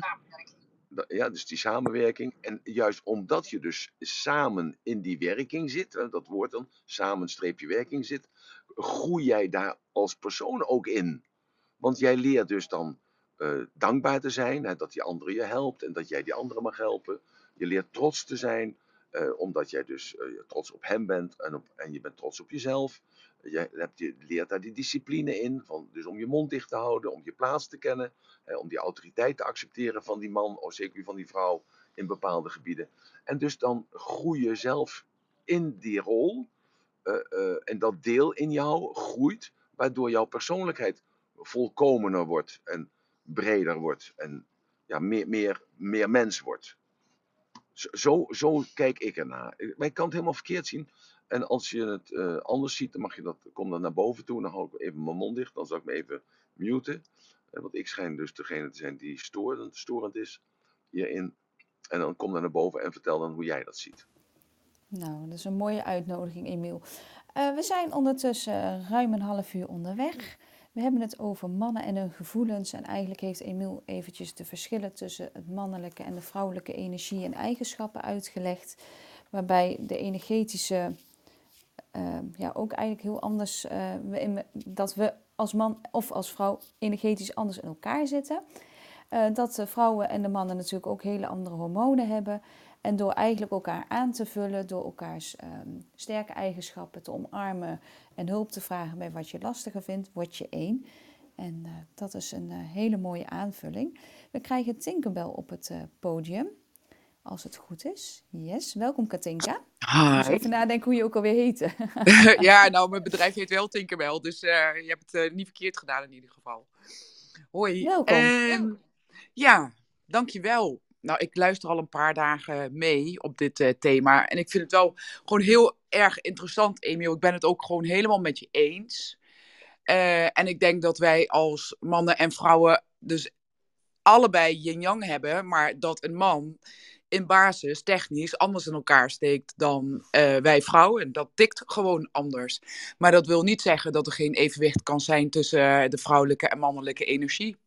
Speaker 2: Ja, dus die samenwerking. En juist omdat je dus samen in die werking zit, dat woord dan, samen streepje werking zit, groei jij daar als persoon ook in. Want jij leert dus dan dankbaar te zijn, hè, dat die andere je helpt en dat jij die andere mag helpen. Je leert trots te zijn, omdat jij dus trots op hem bent en je bent trots op jezelf. Je leert daar die discipline in, dus om je mond dicht te houden, om je plaats te kennen, om die autoriteit te accepteren van die man, of zeker van die vrouw in bepaalde gebieden. En dus dan groei je zelf in die rol en dat deel in jou groeit, waardoor jouw persoonlijkheid volkomener wordt en breder wordt en ja, meer mens wordt. Zo kijk ik ernaar. Maar ik kan het helemaal verkeerd zien. En als je het anders ziet, dan kom dan naar boven toe. Dan hou ik even mijn mond dicht. Dan zal ik me even muten. Want ik schijn dus degene te zijn die storend is hierin. En dan kom dan naar boven en vertel dan hoe jij dat ziet.
Speaker 1: Nou, dat is een mooie uitnodiging, Emiel. We zijn ondertussen ruim een half uur onderweg. We hebben het over mannen en hun gevoelens. En eigenlijk heeft Emiel eventjes de verschillen tussen het mannelijke en de vrouwelijke energie en eigenschappen uitgelegd. Waarbij de energetische ja, ook eigenlijk heel anders, dat we als man of als vrouw energetisch anders in elkaar zitten. Dat de vrouwen en de mannen natuurlijk ook hele andere hormonen hebben. En door eigenlijk elkaar aan te vullen, door elkaars sterke eigenschappen te omarmen en hulp te vragen bij wat je lastiger vindt, word je één. En dat is een hele mooie aanvulling. We krijgen Tinkerbell op het podium, als het goed is. Yes, welkom Katinka. Ik moest
Speaker 4: Hi.
Speaker 1: even nadenken hoe je ook alweer heette.
Speaker 4: Ja, nou, mijn bedrijf heet wel Tinkerbell, dus je hebt het niet verkeerd gedaan in ieder geval. Hoi.
Speaker 1: Welkom.
Speaker 4: Ja, dankjewel. Nou, ik luister al een paar dagen mee op dit thema en ik vind het wel gewoon heel erg interessant, Emiel. Ik ben het ook gewoon helemaal met je eens. En ik denk dat wij als mannen en vrouwen dus allebei yin-yang hebben, maar dat een man in basis technisch anders in elkaar steekt dan wij vrouwen. En dat tikt gewoon anders. Maar dat wil niet zeggen dat er geen evenwicht kan zijn tussen de vrouwelijke en mannelijke energie.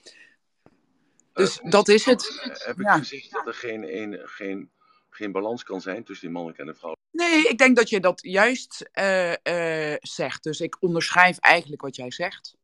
Speaker 4: Dus dat is het.
Speaker 2: Heb ik
Speaker 4: Ja.
Speaker 2: gezegd dat er geen balans kan zijn tussen die mannelijke en de vrouwelijke?
Speaker 4: Nee, ik denk dat je dat juist zegt. Dus ik onderschrijf eigenlijk wat jij zegt.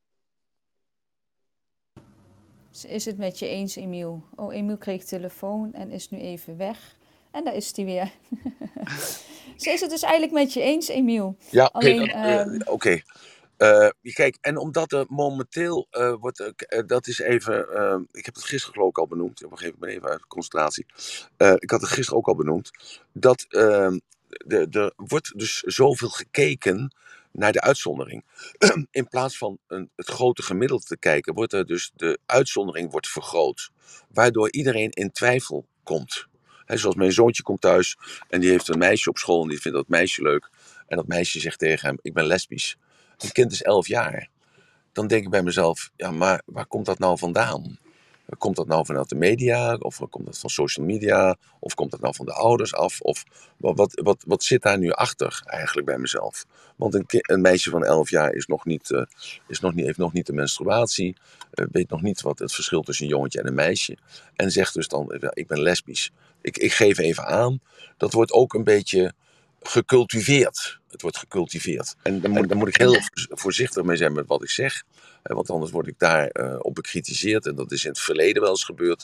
Speaker 1: Is het met je eens, Emiel? Oh, Emiel kreeg telefoon en is nu even weg. En daar is hij weer. Ze is het dus eigenlijk met je eens, Emiel.
Speaker 2: Ja,
Speaker 1: Alleen,
Speaker 2: kijk, en omdat er momenteel dat is even, ik heb het gisteren geloof ik al benoemd, op een gegeven moment even uit concentratie. Ik had het gisteren ook al benoemd, dat er wordt dus zoveel gekeken naar de uitzondering. In plaats van het grote gemiddelde te kijken, wordt er dus de uitzondering wordt vergroot. Waardoor iedereen in twijfel komt. Zoals mijn zoontje komt thuis en die heeft een meisje op school en die vindt dat meisje leuk. en dat meisje zegt tegen hem, ik ben lesbisch. Het kind is 11 jaar. Dan denk ik bij mezelf, ja, maar waar komt dat nou vandaan? Komt dat nou vanuit de media? Of komt dat van social media? Of komt dat nou van de ouders af? Of wat zit daar nu achter eigenlijk bij mezelf? Want een meisje van 11 jaar heeft nog niet de menstruatie. Weet nog niet wat het verschil tussen een jongetje en een meisje. En zegt dus dan, ja, ik ben lesbisch. Ik geef even aan, dat wordt ook een beetje gecultiveerd. Het wordt gecultiveerd. En daar moet ik heel voorzichtig mee zijn met wat ik zeg. Want anders word ik daar op bekritiseerd. En dat is in het verleden wel eens gebeurd.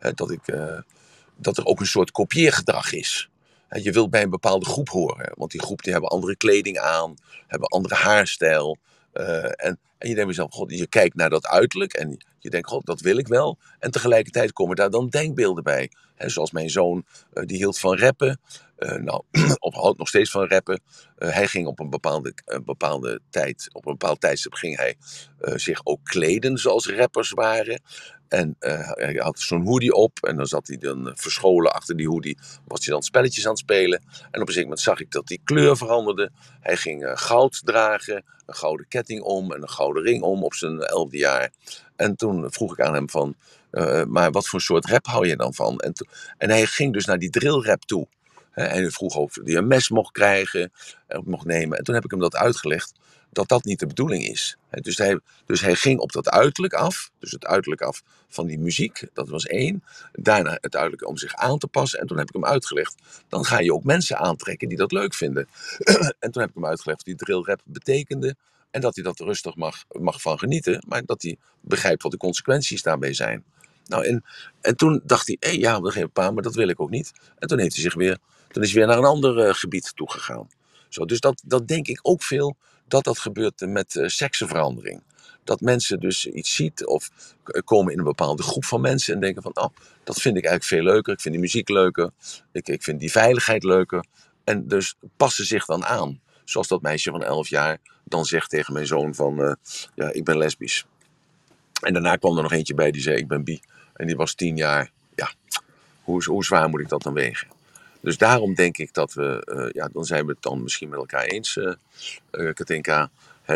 Speaker 2: Dat er ook een soort kopieergedrag is. Je wilt bij een bepaalde groep horen. Want die groep die hebben andere kleding aan. Hebben andere haarstijl. En je denkt bij jezelf, god, je kijkt naar dat uiterlijk. En je denkt, god, dat wil ik wel. En tegelijkertijd komen daar dan denkbeelden bij. Zoals mijn zoon, die hield van rappen. Houdt nog steeds van rappen. Hij ging op een bepaalde tijd, op een bepaald tijdstip ging hij zich ook kleden zoals rappers waren. En hij had zo'n hoodie op en dan zat hij dan verscholen achter die hoodie. Was hij dan spelletjes aan het spelen. En op een gegeven moment zag ik dat die kleur veranderde. Hij ging goud dragen, een gouden ketting om en een gouden ring om op zijn 11e jaar. En toen vroeg ik aan hem van, maar wat voor soort rap hou je dan van? En hij ging dus naar die drillrap toe. En hij vroeg of hij een mes mocht krijgen, mocht nemen. En toen heb ik hem dat uitgelegd, dat dat niet de bedoeling is. Dus hij ging op dat uiterlijk af. Dus het uiterlijk af van die muziek, dat was 1. Daarna het uiterlijk om zich aan te passen. En toen heb ik hem uitgelegd, dan ga je ook mensen aantrekken die dat leuk vinden. En toen heb ik hem uitgelegd wat die drillrap betekende. En dat hij dat rustig mag van genieten. Maar dat hij begrijpt wat de consequenties daarbij zijn. Nou, en toen dacht hij, ja, we geven pa, maar dat wil ik ook niet. En toen is hij weer naar een ander gebied toegegaan. Zo, dus dat denk ik ook veel, dat gebeurt met seksenverandering. Dat mensen dus iets ziet of komen in een bepaalde groep van mensen en denken van, oh, dat vind ik eigenlijk veel leuker. Ik vind die muziek leuker. Ik vind die veiligheid leuker. En dus passen zich dan aan. Zoals dat meisje van 11 jaar dan zegt tegen mijn zoon van, ja, ik ben lesbisch. En daarna kwam er nog eentje bij die zei, ik ben bi. En die was 10 jaar. Ja, hoe zwaar moet ik dat dan wegen? Dus daarom denk ik dat we, dan zijn we het dan misschien met elkaar eens, Katinka,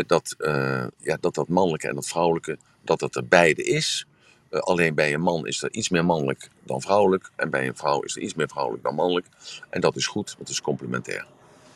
Speaker 2: dat mannelijke en dat vrouwelijke, dat het er beide is. Alleen bij een man is er iets meer mannelijk dan vrouwelijk. En bij een vrouw is er iets meer vrouwelijk dan mannelijk. En dat is goed, dat is complementair.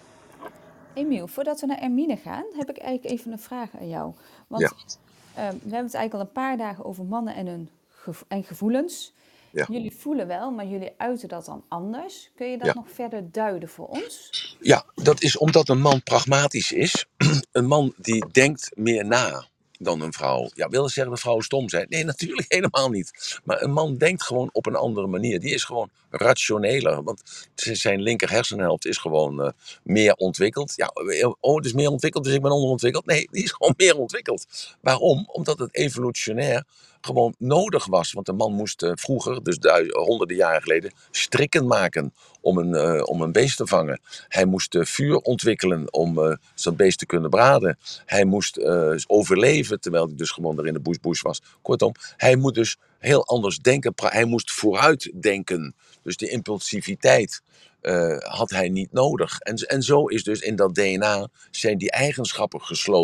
Speaker 1: Emiel, voordat we naar Hermine gaan, heb ik eigenlijk even een vraag aan jou. Want we hebben het eigenlijk al een paar dagen over mannen en hun gevoelens. Ja. Jullie voelen wel, maar jullie uiten dat dan anders. Kun je dat nog verder duiden voor ons?
Speaker 2: Ja, dat is omdat een man pragmatisch is. Een man die denkt meer na dan een vrouw. Ja, wil dat zeggen dat vrouwen stom zijn? Nee, natuurlijk helemaal niet. Maar een man denkt gewoon op een andere manier. Die is gewoon rationeler. Want zijn linker hersenhelft is gewoon meer ontwikkeld. Ja, het is meer ontwikkeld, dus ik ben onderontwikkeld. Nee, die is gewoon meer ontwikkeld. Waarom? Omdat het evolutionair gewoon nodig was. Want de man moest vroeger, dus honderden jaren geleden, strikken maken om een beest te vangen. Hij moest vuur ontwikkelen om zo'n beest te kunnen braden. Hij moest overleven, terwijl hij dus gewoon er in de bush was. Kortom, hij moet dus heel anders denken. Hij moest vooruit denken. Dus de impulsiviteit had hij niet nodig. En zo is dus in dat DNA zijn die eigenschappen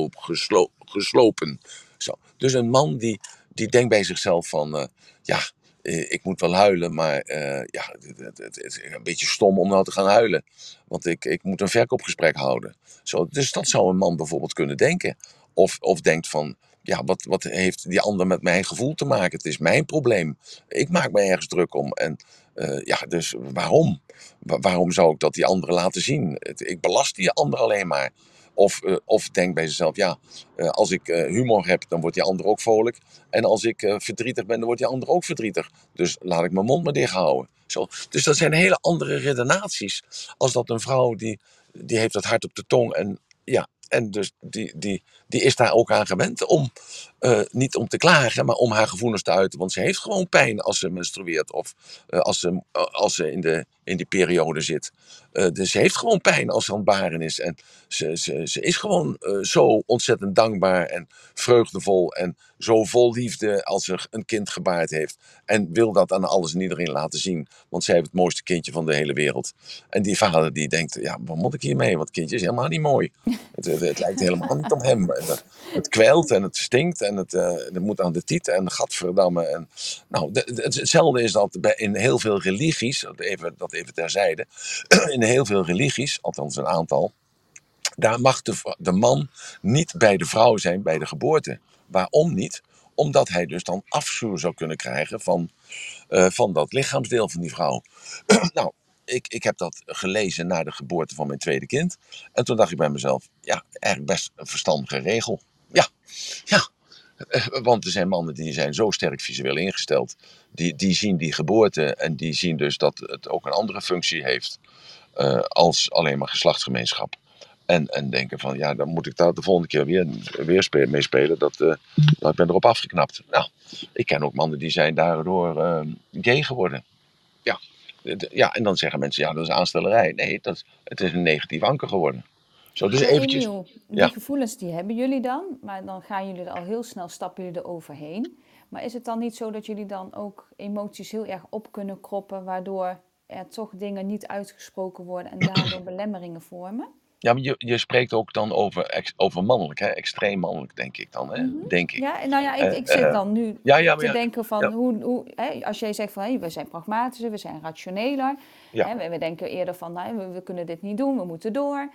Speaker 2: geslopen. Zo. Dus een man die denkt bij zichzelf van, ik moet wel huilen, maar het is een beetje stom om nou te gaan huilen. Want ik moet een verkoopgesprek houden. Zo, dus dat zou een man bijvoorbeeld kunnen denken. Of denkt van, ja, wat heeft die ander met mijn gevoel te maken? Het is mijn probleem. Ik maak me ergens druk om. En dus waarom? Waarom zou ik dat die anderen laten zien? Ik belast die ander alleen maar. Of denk bij zichzelf, als ik humor heb, dan wordt die ander ook vrolijk. En als ik verdrietig ben, dan wordt die ander ook verdrietig. Dus laat ik mijn mond maar dicht houden. Zo. Dus dat zijn hele andere redenaties. Als dat een vrouw, die heeft het hart op de tong. En dus die is daar ook aan gewend om, niet om te klagen, maar om haar gevoelens te uiten. Want ze heeft gewoon pijn als ze menstrueert of als ze in die periode zit. Dus ze heeft gewoon pijn als ze aan het baren is. En ze is gewoon zo ontzettend dankbaar en vreugdevol. En zo vol liefde als ze een kind gebaard heeft. En wil dat aan alles en iedereen laten zien. Want zij heeft het mooiste kindje van de hele wereld. En die vader die denkt, ja, wat moet ik hiermee? Want het kindje is helemaal niet mooi. Het lijkt helemaal niet op hem. Het kwijlt en het stinkt en het moet aan de tiet en gadverdamme. En, nou, hetzelfde is dat in heel veel religies, dat even terzijde. In heel veel religies, althans een aantal, daar mag de man niet bij de vrouw zijn bij de geboorte. Waarom niet? Omdat hij dus dan afschuw zou kunnen krijgen van dat lichaamsdeel van die vrouw. Nou, ik heb dat gelezen na de geboorte van mijn tweede kind. En toen dacht ik bij mezelf, ja, eigenlijk best een verstandige regel. Ja, ja. Want er zijn mannen die zijn zo sterk visueel ingesteld. Die zien die geboorte en die zien dus dat het ook een andere functie heeft. Als alleen maar geslachtsgemeenschap. En denken van, ja, dan moet ik daar de volgende keer weer mee spelen. Ik ben erop afgeknapt. Nou, ik ken ook mannen die zijn daardoor gay geworden. Ja. Ja, en dan zeggen mensen, ja, dat is aanstellerij. Nee, het is een negatief anker geworden. Zo, dus
Speaker 1: Maar
Speaker 2: eventjes.
Speaker 1: Emiel, die
Speaker 2: Ja.
Speaker 1: gevoelens die hebben jullie dan, maar dan gaan jullie er al heel snel, stappen jullie er overheen. Maar is het dan niet zo dat jullie dan ook emoties heel erg op kunnen kroppen, waardoor er toch dingen niet uitgesproken worden en daardoor belemmeringen vormen?
Speaker 2: Ja, maar je spreekt ook dan over mannelijk, hè? Extreem mannelijk, denk ik dan, hè? Denk ik.
Speaker 1: Ja, en nou ja, ik zit dan nu te denken van, als jij zegt van, we zijn pragmatischer, we zijn rationeler.
Speaker 2: Ja.
Speaker 1: Hè, we denken eerder van, nou, we kunnen dit niet doen, we moeten door.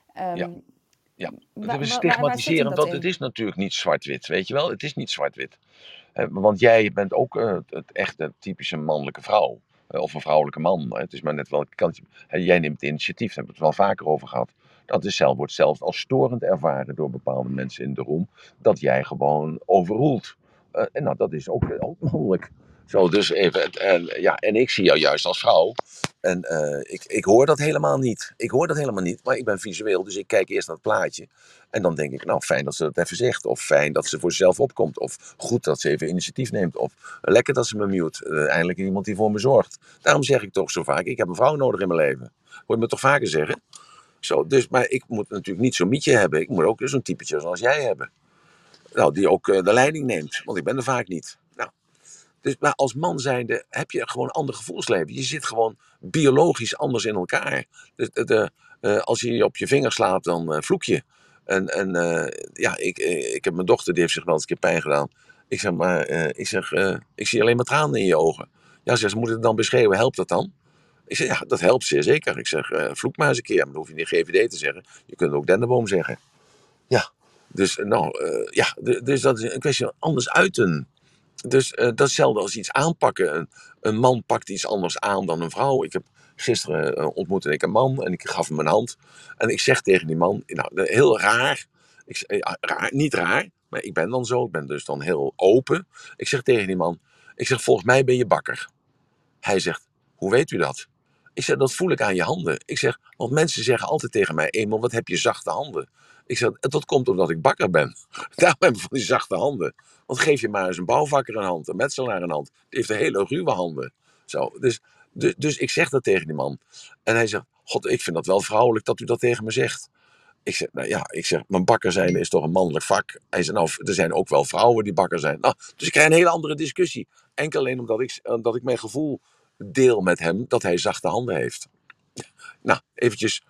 Speaker 2: Ja,
Speaker 1: Waar
Speaker 2: stigmatiserend,
Speaker 1: zit
Speaker 2: want
Speaker 1: dat
Speaker 2: het
Speaker 1: in?
Speaker 2: is natuurlijk niet zwart-wit, weet je wel? Het is niet zwart-wit. Want jij bent ook het echte typische mannelijke vrouw. Of een vrouwelijke man. Het is maar net welke kant jij neemt het initiatief, daar hebben we het wel vaker over gehad. Wordt zelfs als storend ervaren door bepaalde mensen in de room. Dat jij gewoon overroelt. En nou, dat is ook mannelijk. Zo, dus even. En ik zie jou juist als vrouw. En ik hoor dat helemaal niet. Ik hoor dat helemaal niet, maar ik ben visueel, dus ik kijk eerst naar het plaatje. En dan denk ik, nou, fijn dat ze dat even zegt. Of fijn dat ze voor zichzelf opkomt. Of goed dat ze even initiatief neemt. Of lekker dat ze me mute. Eindelijk iemand die voor me zorgt. Daarom zeg ik toch zo vaak, ik heb een vrouw nodig in mijn leven. Hoor je me toch vaker zeggen? Zo, dus, maar ik moet natuurlijk niet zo'n mietje hebben. Ik moet ook zo'n typetje zoals jij hebben. Nou, die ook de leiding neemt. Want ik ben er vaak niet. Nou, dus, maar als man zijnde heb je gewoon een ander gevoelsleven. Je zit gewoon biologisch anders in elkaar. Dus, als je op je vinger slaat, dan vloek je. Ik heb mijn dochter, die heeft zich wel eens een keer pijn gedaan. Ik zeg, maar, ik zie alleen maar tranen in je ogen. Ja, ze moet het dan beschreeuwen, helpt dat dan? Ik zeg, ja, dat helpt zeer zeker. Ik zeg, vloek maar eens een keer. Maar dan hoef je niet GVD te zeggen. Je kunt ook dennenboom zeggen. Ja, dus dus dat is een kwestie van anders uiten. Dus dat is hetzelfde als iets aanpakken. Een man pakt iets anders aan dan een vrouw. Ik heb gisteren ontmoette ik een man en ik gaf hem een hand. En ik zeg tegen die man, nou, heel raar. Niet raar, maar ik ben dan zo. Ik ben dus dan heel open. Ik zeg tegen die man, volgens mij ben je bakker. Hij zegt, hoe weet u dat? Ik zeg, dat voel ik aan je handen. Ik zeg, want mensen zeggen altijd tegen mij, Emil, wat heb je zachte handen? Ik zeg, dat komt omdat ik bakker ben. Daarom heb ik van die zachte handen. Want geef je maar eens een bouwvakker een hand, een metselaar een hand. Die heeft een hele ruwe handen. Zo, dus ik zeg dat tegen die man. En hij zegt, god, ik vind dat wel vrouwelijk dat u dat tegen me zegt. Ik zeg, nou ja, mijn bakker zijn is toch een mannelijk vak. Hij zei, nou, er zijn ook wel vrouwen die bakker zijn. Nou, dus ik krijg een hele andere discussie. Enkel alleen omdat ik mijn gevoel deel met hem dat hij zachte handen heeft. Nou, eventjes.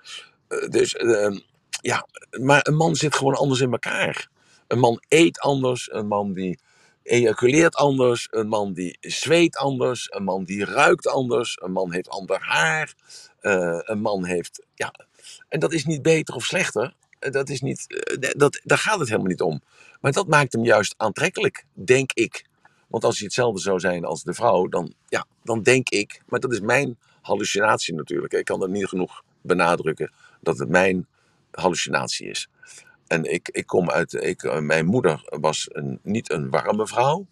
Speaker 2: Maar een man zit gewoon anders in elkaar. Een man eet anders, een man die ejaculeert anders, een man die zweet anders, een man die ruikt anders, een man heeft ander haar, een man heeft, ja, en dat is niet beter of slechter, dat is niet, daar gaat het helemaal niet om. Maar dat maakt hem juist aantrekkelijk, denk ik. Want als hij hetzelfde zou zijn als de vrouw, dan denk ik, maar dat is mijn hallucinatie natuurlijk. Ik kan dat niet genoeg benadrukken dat het mijn hallucinatie is. En mijn moeder was niet een warme vrouw.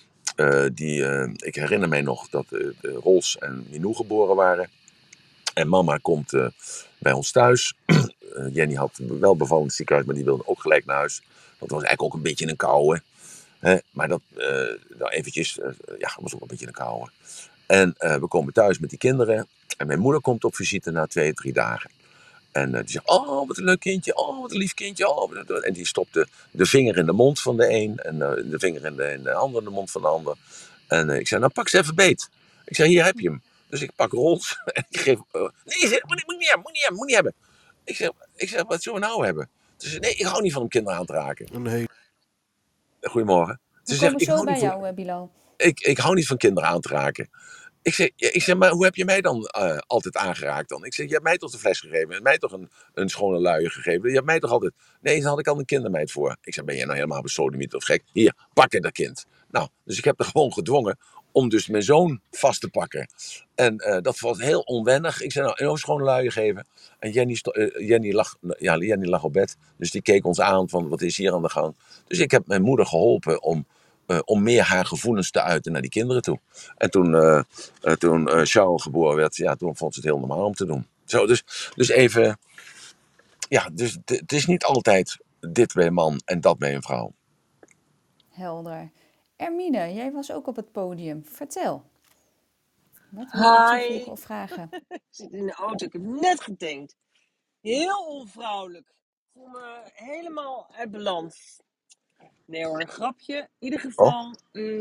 Speaker 2: Ik herinner mij nog dat Rols en Minou geboren waren. En mama komt bij ons thuis. Jenny had wel bevallen in het ziekenhuis, maar die wilde ook gelijk naar huis. Dat was eigenlijk ook een beetje een koude. Maar dat eventjes, was ook een beetje een koude. En we komen thuis met die kinderen. En mijn moeder komt op visite na 2-3 dagen. En die zegt, oh, wat een leuk kindje. Oh, wat een lief kindje. Oh, en die stopte de vinger in de mond van de een. En de vinger in de ander, in de mond van de ander. En ik zei, nou pak ze even beet. Ik zei, hier heb je hem. Dus ik pak Rols en ik geef... nee, moet niet hebben. Ik zeg, wat zullen we nou hebben? Ze zei, nee, ik hou niet van om kinderen aan te raken.
Speaker 5: Nee.
Speaker 2: Goedemorgen.
Speaker 1: We
Speaker 2: Ze
Speaker 1: komen
Speaker 2: zegt,
Speaker 1: zo bij jou, Bilal.
Speaker 2: ik hou niet van kinderen aan te raken. Ik zeg, maar hoe heb je mij dan altijd aangeraakt dan? Ik zeg, je hebt mij toch de fles gegeven? Je hebt mij toch een schone luier gegeven? Je hebt mij toch altijd... Nee, daar had ik al een kindermeid voor. Ik zeg, ben jij nou helemaal besodemiet of gek? Hier, pak je dat kind. Nou, dus ik heb er gewoon gedwongen om dus mijn zoon vast te pakken. En dat was heel onwennig. Ik zei, nou, een schone luier geven. En Jenny lag op bed. Dus die keek ons aan van, wat is hier aan de gang? Dus ik heb mijn moeder geholpen om meer haar gevoelens te uiten naar die kinderen toe. En toen Charles geboren werd, ja, toen vond ze het heel normaal om te doen. Zo, dus even... Ja, dus het is niet altijd dit bij een man en dat bij een vrouw.
Speaker 1: Helder. Ermine, jij was ook op het podium. Vertel. Wat wil je toevoegen of vragen?
Speaker 6: Ik zit in de auto, ik heb net getankt. Heel onvrouwelijk. Ik voel me helemaal uit balans. Nee hoor, een grapje. In ieder
Speaker 2: Oh?
Speaker 6: geval,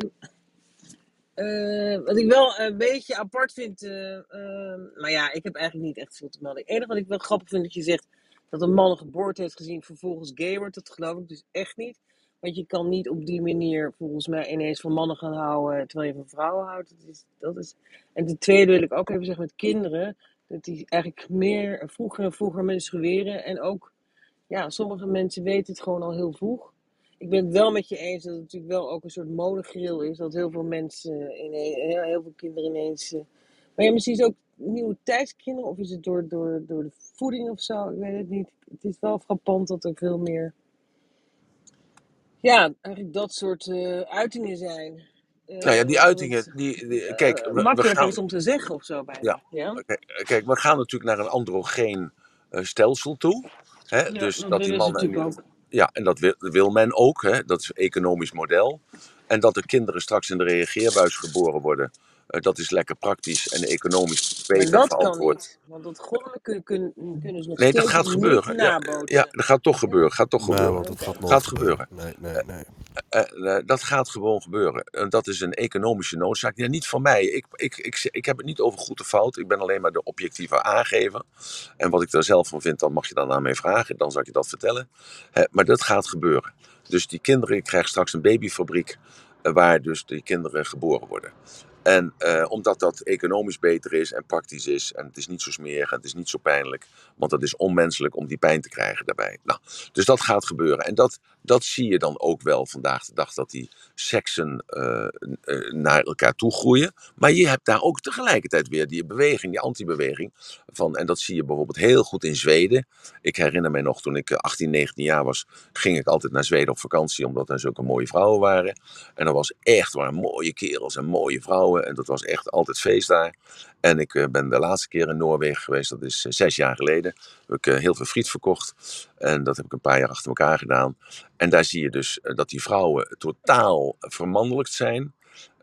Speaker 6: wat ik wel een beetje apart vind, maar ja, ik heb eigenlijk niet echt veel te melden. Het enige wat ik wel grappig vind dat je zegt dat een man een geboorte heeft gezien, vervolgens gay wordt. Dat geloof ik dus echt niet. Want je kan niet op die manier volgens mij ineens van mannen gaan houden terwijl je van vrouwen houdt. Dat is... En ten tweede wil ik ook even zeggen met kinderen, dat die eigenlijk meer vroeger en vroeger menstrueren. En ook, ja, sommige mensen weten het gewoon al heel vroeg. Ik ben het wel met je eens dat het natuurlijk wel ook een soort modegril is. Dat heel veel mensen, heel veel kinderen ineens... Maar ja, misschien is het ook nieuwe tijdskinderen. Of is het door de voeding of zo? Ik weet het niet. Het is wel frappant dat er veel meer... Ja, eigenlijk dat soort uitingen zijn.
Speaker 2: Nou ja, die
Speaker 6: Dat
Speaker 2: uitingen,
Speaker 6: het
Speaker 2: kijk, we
Speaker 6: makkelijker
Speaker 2: gaan...
Speaker 6: is om te zeggen of zo bijna.
Speaker 2: Ja,
Speaker 6: Ja,
Speaker 2: kijk, we gaan natuurlijk naar een androgeen stelsel toe. Hè?
Speaker 6: ja,
Speaker 2: Dus
Speaker 6: dat
Speaker 2: dat die
Speaker 6: willen ze
Speaker 2: mannen...
Speaker 6: natuurlijk ook.
Speaker 2: Ja, en dat wil men ook. Hè? Dat is een economisch model. En dat de kinderen straks in de reageerbuis geboren worden. Dat is lekker praktisch en economisch
Speaker 6: Maar
Speaker 2: beter
Speaker 6: dat kan
Speaker 2: verantwoord.
Speaker 6: niet. Want dat goddelijke kunnen ze nog
Speaker 2: Nee, dat
Speaker 6: steeds
Speaker 2: gaat
Speaker 6: niet
Speaker 2: gebeuren. Ja,
Speaker 6: nabootsen.
Speaker 2: dat gaat toch
Speaker 6: Ja,
Speaker 2: gebeuren. Gaat toch
Speaker 5: Nee,
Speaker 2: gebeuren.
Speaker 5: want het gaat nooit
Speaker 2: Gaat
Speaker 5: gebeuren.
Speaker 2: gebeuren.
Speaker 5: Nee.
Speaker 2: Dat gaat gewoon gebeuren. Dat is een economische noodzaak. Ja, niet van mij. Ik heb het niet over goed of fout. Ik ben alleen maar de objectieve aangever. En wat ik daar zelf van vind, dan mag je dan aan mij vragen. Dan zal ik je dat vertellen. Maar dat gaat gebeuren. Dus die kinderen krijgen straks een babyfabriek waar dus die kinderen geboren worden. En omdat dat economisch beter is en praktisch is. En het is niet zo smerig en het is niet zo pijnlijk. Want het is onmenselijk om die pijn te krijgen daarbij. Nou, dus dat gaat gebeuren. En dat zie je dan ook wel vandaag de dag. Dat die seksen naar elkaar toe groeien. Maar je hebt daar ook tegelijkertijd weer die beweging, die antibeweging. En dat zie je bijvoorbeeld heel goed in Zweden. Ik herinner me nog, toen ik 18, 19 jaar was, ging ik altijd naar Zweden op vakantie. Omdat er zulke mooie vrouwen waren. En er waren mooie kerels en mooie vrouwen. En dat was echt altijd feest daar. En ik ben de laatste keer in Noorwegen geweest. Dat is 6 jaar geleden. Heb ik heel veel friet verkocht. En dat heb ik een paar jaar achter elkaar gedaan. En daar zie je dus dat die vrouwen totaal vermannelijkt zijn.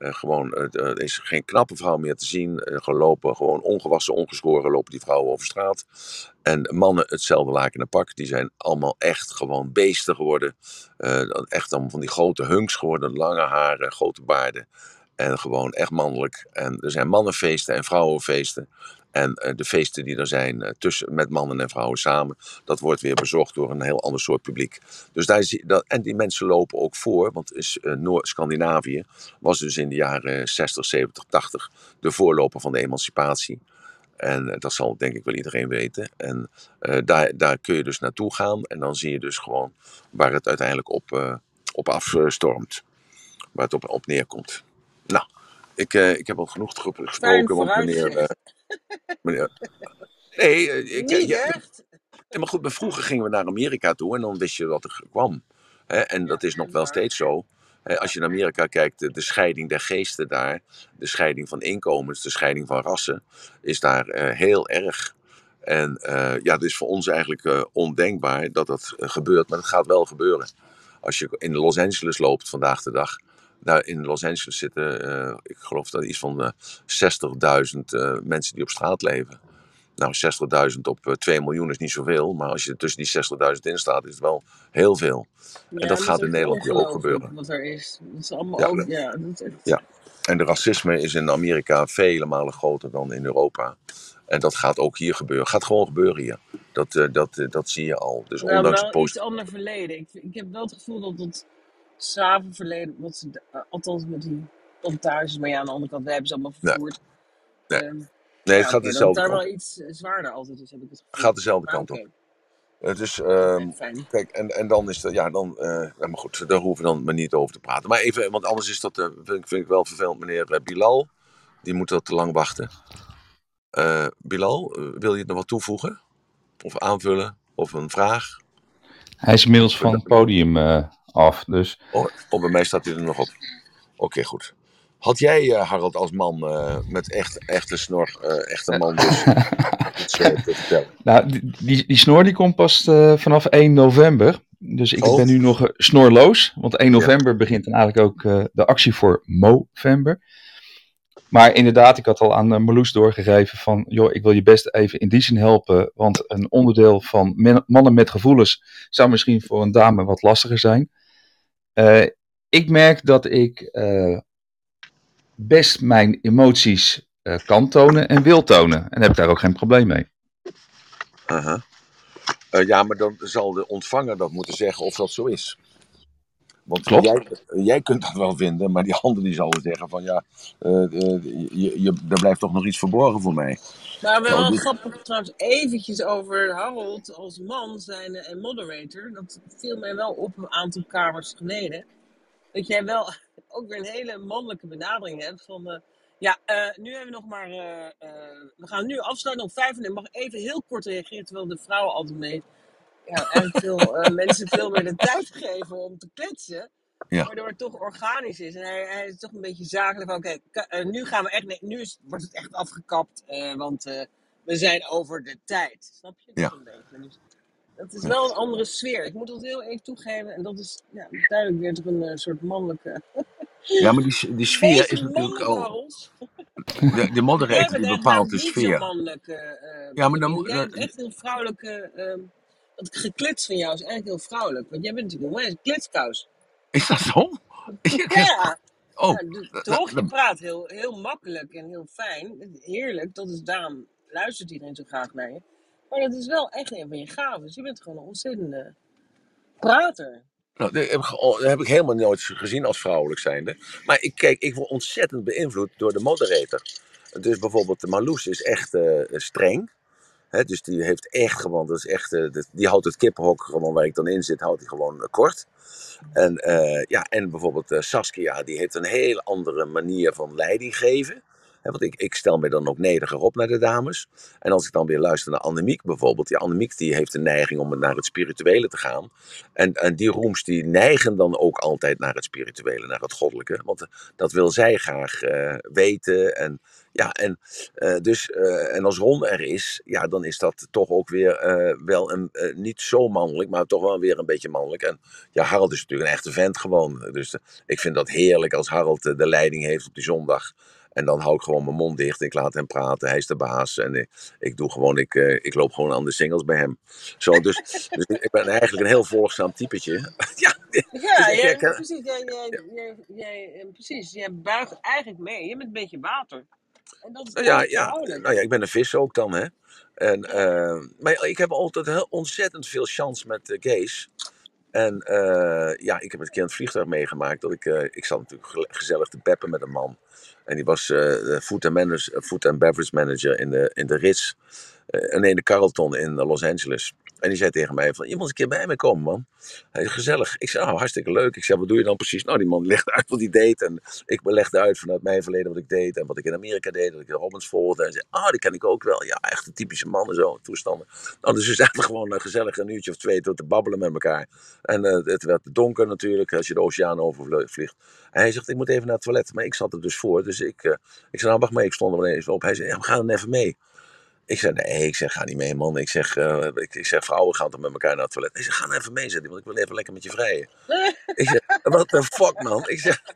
Speaker 2: Er is geen knappe vrouw meer te zien. Gelopen, gewoon ongewassen, ongeschoren lopen die vrouwen over straat. En mannen hetzelfde laken en pak. Die zijn allemaal echt gewoon beesten geworden. Echt allemaal van die grote hunks geworden. Lange haren, grote baarden. En gewoon echt mannelijk. En er zijn mannenfeesten en vrouwenfeesten. En de feesten die er zijn met mannen en vrouwen samen, dat wordt weer bezocht door een heel ander soort publiek. Dus en die mensen lopen ook voor, want Noord-Scandinavië was dus in de jaren 60, 70, 80 de voorloper van de emancipatie. En dat zal denk ik wel iedereen weten. En daar kun je dus naartoe gaan en dan zie je dus gewoon waar het uiteindelijk op afstormt. Waar het op neerkomt. Nou, ik heb al genoeg
Speaker 6: Fijn
Speaker 2: gesproken, want
Speaker 6: vooruitzicht.
Speaker 2: meneer nee,
Speaker 6: Niet echt.
Speaker 2: maar goed, vroeger gingen we naar Amerika toe en dan wist je wat er kwam. En dat is nog wel
Speaker 6: Maar
Speaker 2: steeds zo. Als je naar Amerika kijkt, de scheiding der geesten daar, de scheiding van inkomens, de scheiding van rassen, is daar heel erg. En ja, het is voor ons eigenlijk ondenkbaar dat dat gebeurt, maar het gaat wel gebeuren. Als je in Los Angeles loopt vandaag de dag, daar in Los Angeles zitten, ik geloof dat iets van 60.000 mensen die op straat leven. Nou, 60.000 op 2 miljoen is niet zoveel. Maar als je er tussen die 60.000 in staat, is het wel heel veel. En
Speaker 6: Ja,
Speaker 2: dat
Speaker 6: dat is
Speaker 2: gaat in
Speaker 6: echt
Speaker 2: Nederland hier ook
Speaker 6: ongelooflijk
Speaker 2: gebeuren.
Speaker 6: wat er is. Dat is allemaal
Speaker 2: Ja,
Speaker 6: ook, ja, dat is echt...
Speaker 2: ja. En de racisme is in Amerika vele malen groter dan in Europa. En dat gaat ook hier gebeuren. Gaat gewoon gebeuren hier. Dat zie je al. Dus
Speaker 6: Nou,
Speaker 2: ondanks het
Speaker 6: wel iets
Speaker 2: positieve...
Speaker 6: ander verleden. Ik heb wel het gevoel dat het slavenverleden, wat ze, althans met die plantages, maar ja, aan de andere kant, wij hebben ze allemaal
Speaker 2: Nee,
Speaker 6: vervoerd.
Speaker 2: nee.
Speaker 6: Ehm,
Speaker 2: Nee, het
Speaker 6: ja,
Speaker 2: gaat
Speaker 6: oké, dat het
Speaker 2: dezelfde
Speaker 6: daar
Speaker 2: kant
Speaker 6: wel
Speaker 2: op.
Speaker 6: iets zwaarder altijd is, heb ik het
Speaker 2: Het
Speaker 6: gevoel.
Speaker 2: gaat dezelfde
Speaker 6: Maar
Speaker 2: kant
Speaker 6: oké,
Speaker 2: op. Dus,
Speaker 6: fijn.
Speaker 2: kijk, en dan is dat, ja, dan, maar goed, daar hoeven we dan maar niet over te praten. Maar even, want anders is dat, vind ik wel vervelend, meneer Bilal. Die moet dat te lang wachten. Bilal, wil je het nog wat toevoegen? Of aanvullen? Of een vraag?
Speaker 5: Hij is inmiddels van het podium af, dus...
Speaker 2: Oh, bij mij staat hij er nog op. Oké, goed. Had jij, Harold, als man met echte snor, echte man dus iets te vertellen?
Speaker 5: Nou, die snor die komt pas vanaf 1 november. Dus ik
Speaker 2: Oh.
Speaker 5: ben nu nog snorloos. Want 1
Speaker 2: Ja.
Speaker 5: november begint dan eigenlijk ook de actie voor Movember. Maar inderdaad, ik had al aan Marloes doorgegeven van... joh, ik wil je best even in die zin helpen. Want een onderdeel van mannen met gevoelens... zou misschien voor een dame wat lastiger zijn. Ik merk dat ik best mijn emoties kan tonen en wil tonen. En heb daar ook geen probleem mee.
Speaker 2: Uh-huh. Ja, maar dan zal de ontvanger dat moeten zeggen of dat zo is. Want
Speaker 5: Klopt.
Speaker 2: jij kunt dat wel vinden, maar die ander die zal zeggen van ja, er blijft toch nog iets verborgen voor mij.
Speaker 6: Maar wel
Speaker 2: Nou,
Speaker 6: grappig trouwens, eventjes over Harold als man zijn en moderator. Dat viel mij wel op een aantal kamers geleden. Dat jij wel ook weer een hele mannelijke benadering hebt van... nu hebben we nog maar... we gaan nu afsluiten om 5 minuten. Ik mag even heel kort reageren, terwijl de vrouwen altijd mee... Ja, eigenlijk veel mensen veel meer de tijd geven om te kletsen.
Speaker 2: Ja.
Speaker 6: Waardoor het toch organisch is. En hij is toch een beetje zakelijk van... Oké, nu gaan we echt... Nee, nu wordt het echt afgekapt. Want we zijn over de tijd. Snap je? Dat
Speaker 2: Ja.
Speaker 6: een beetje. Dus dat is wel een andere sfeer. Ik moet dat heel even toegeven. En dat is duidelijk weer toch een soort mannelijke...
Speaker 2: Ja, maar die sfeer
Speaker 6: Beetje
Speaker 2: is natuurlijk
Speaker 6: mannelijk,
Speaker 2: al...
Speaker 6: Harold.
Speaker 2: De
Speaker 6: Jij
Speaker 2: moderator
Speaker 6: bent
Speaker 2: die
Speaker 6: echt
Speaker 2: bepaalt
Speaker 6: juist
Speaker 2: de
Speaker 6: niet zo
Speaker 2: sfeer.
Speaker 6: mannelijk.
Speaker 2: Ja, maar
Speaker 6: Jij hebt echt heel vrouwelijke... dat geklets van jou is eigenlijk heel vrouwelijk. Want jij bent natuurlijk een kletskous.
Speaker 2: Is dat zo?
Speaker 6: Ja.
Speaker 2: Oh.
Speaker 6: Toch? Je praat heel makkelijk en heel fijn. Heerlijk. Daarom luistert iedereen zo graag naar je. Maar dat is wel echt een van je gaven. Dus je bent gewoon een ontzettende prater.
Speaker 2: Nou, dat heb ik helemaal nooit gezien als vrouwelijk zijnde. Maar ik word ontzettend beïnvloed door de moderator. Dus bijvoorbeeld Marloes is echt streng. Hè, dus die heeft echt gewoon, dat is echt, die houdt het kippenhok gewoon waar ik dan in zit, houdt hij gewoon kort. En bijvoorbeeld Saskia, die heeft een heel andere manier van leiding geven. Hè, want ik stel me dan ook nederiger op naar de dames. En als ik dan weer luister naar Annemiek bijvoorbeeld. Ja, Annemiek die heeft de neiging om naar het spirituele te gaan. En die rooms die neigen dan ook altijd naar het spirituele, naar het goddelijke. Want dat wil zij graag weten. En en als Ron er is, ja, dan is dat toch ook weer wel niet zo mannelijk, maar toch wel weer een beetje mannelijk. En ja, Harold is natuurlijk een echte vent gewoon. Dus ik vind dat heerlijk als Harold de leiding heeft op die zondag. En dan hou ik gewoon mijn mond dicht. Ik laat hem praten. Hij is de baas. En ik loop gewoon aan de singles bij hem. Zo, dus ik ben eigenlijk een heel volgzaam typetje.
Speaker 6: Precies. Jij buigt eigenlijk mee. Je bent een beetje water. En dat is
Speaker 2: ik ben een vis ook dan, hè. Maar ik heb altijd ontzettend veel chance met gays. En ik heb het een keer in het vliegtuig meegemaakt. Dat ik zat natuurlijk gezellig te peppen met een man. En die was food and beverage manager in de Ritz. In de Carlton in Los Angeles. En die zei tegen mij van, je moet eens een keer bij me komen, man. Hij zei, gezellig. Ik zei, hartstikke leuk. Ik zei, wat doe je dan precies? Nou, die man legde uit wat hij deed. En ik legde uit vanuit mijn verleden wat ik deed. En wat ik in Amerika deed. Dat ik de Robbins volgde. En zei, die ken ik ook wel. Ja, echt een typische man en zo. Toestanden. Nou, dus we zaten gewoon gezellig een uurtje of 2 te babbelen met elkaar. En het werd donker natuurlijk, als je de oceaan overvliegt. En hij zegt, ik moet even naar het toilet. Maar ik zat er dus voor. Dus ik zei, nou, wacht maar, ik stond er even op. Hij zei, ja, we gaan dan even mee. Ik zei, nee, ga niet mee, man. Ik zeg, vrouwen gaan toch met elkaar naar het toilet. Hij zei, ga nou even mee, zegt hij, want ik wil even lekker met je vrijen. Ik zeg, what the fuck, man? Ik zeg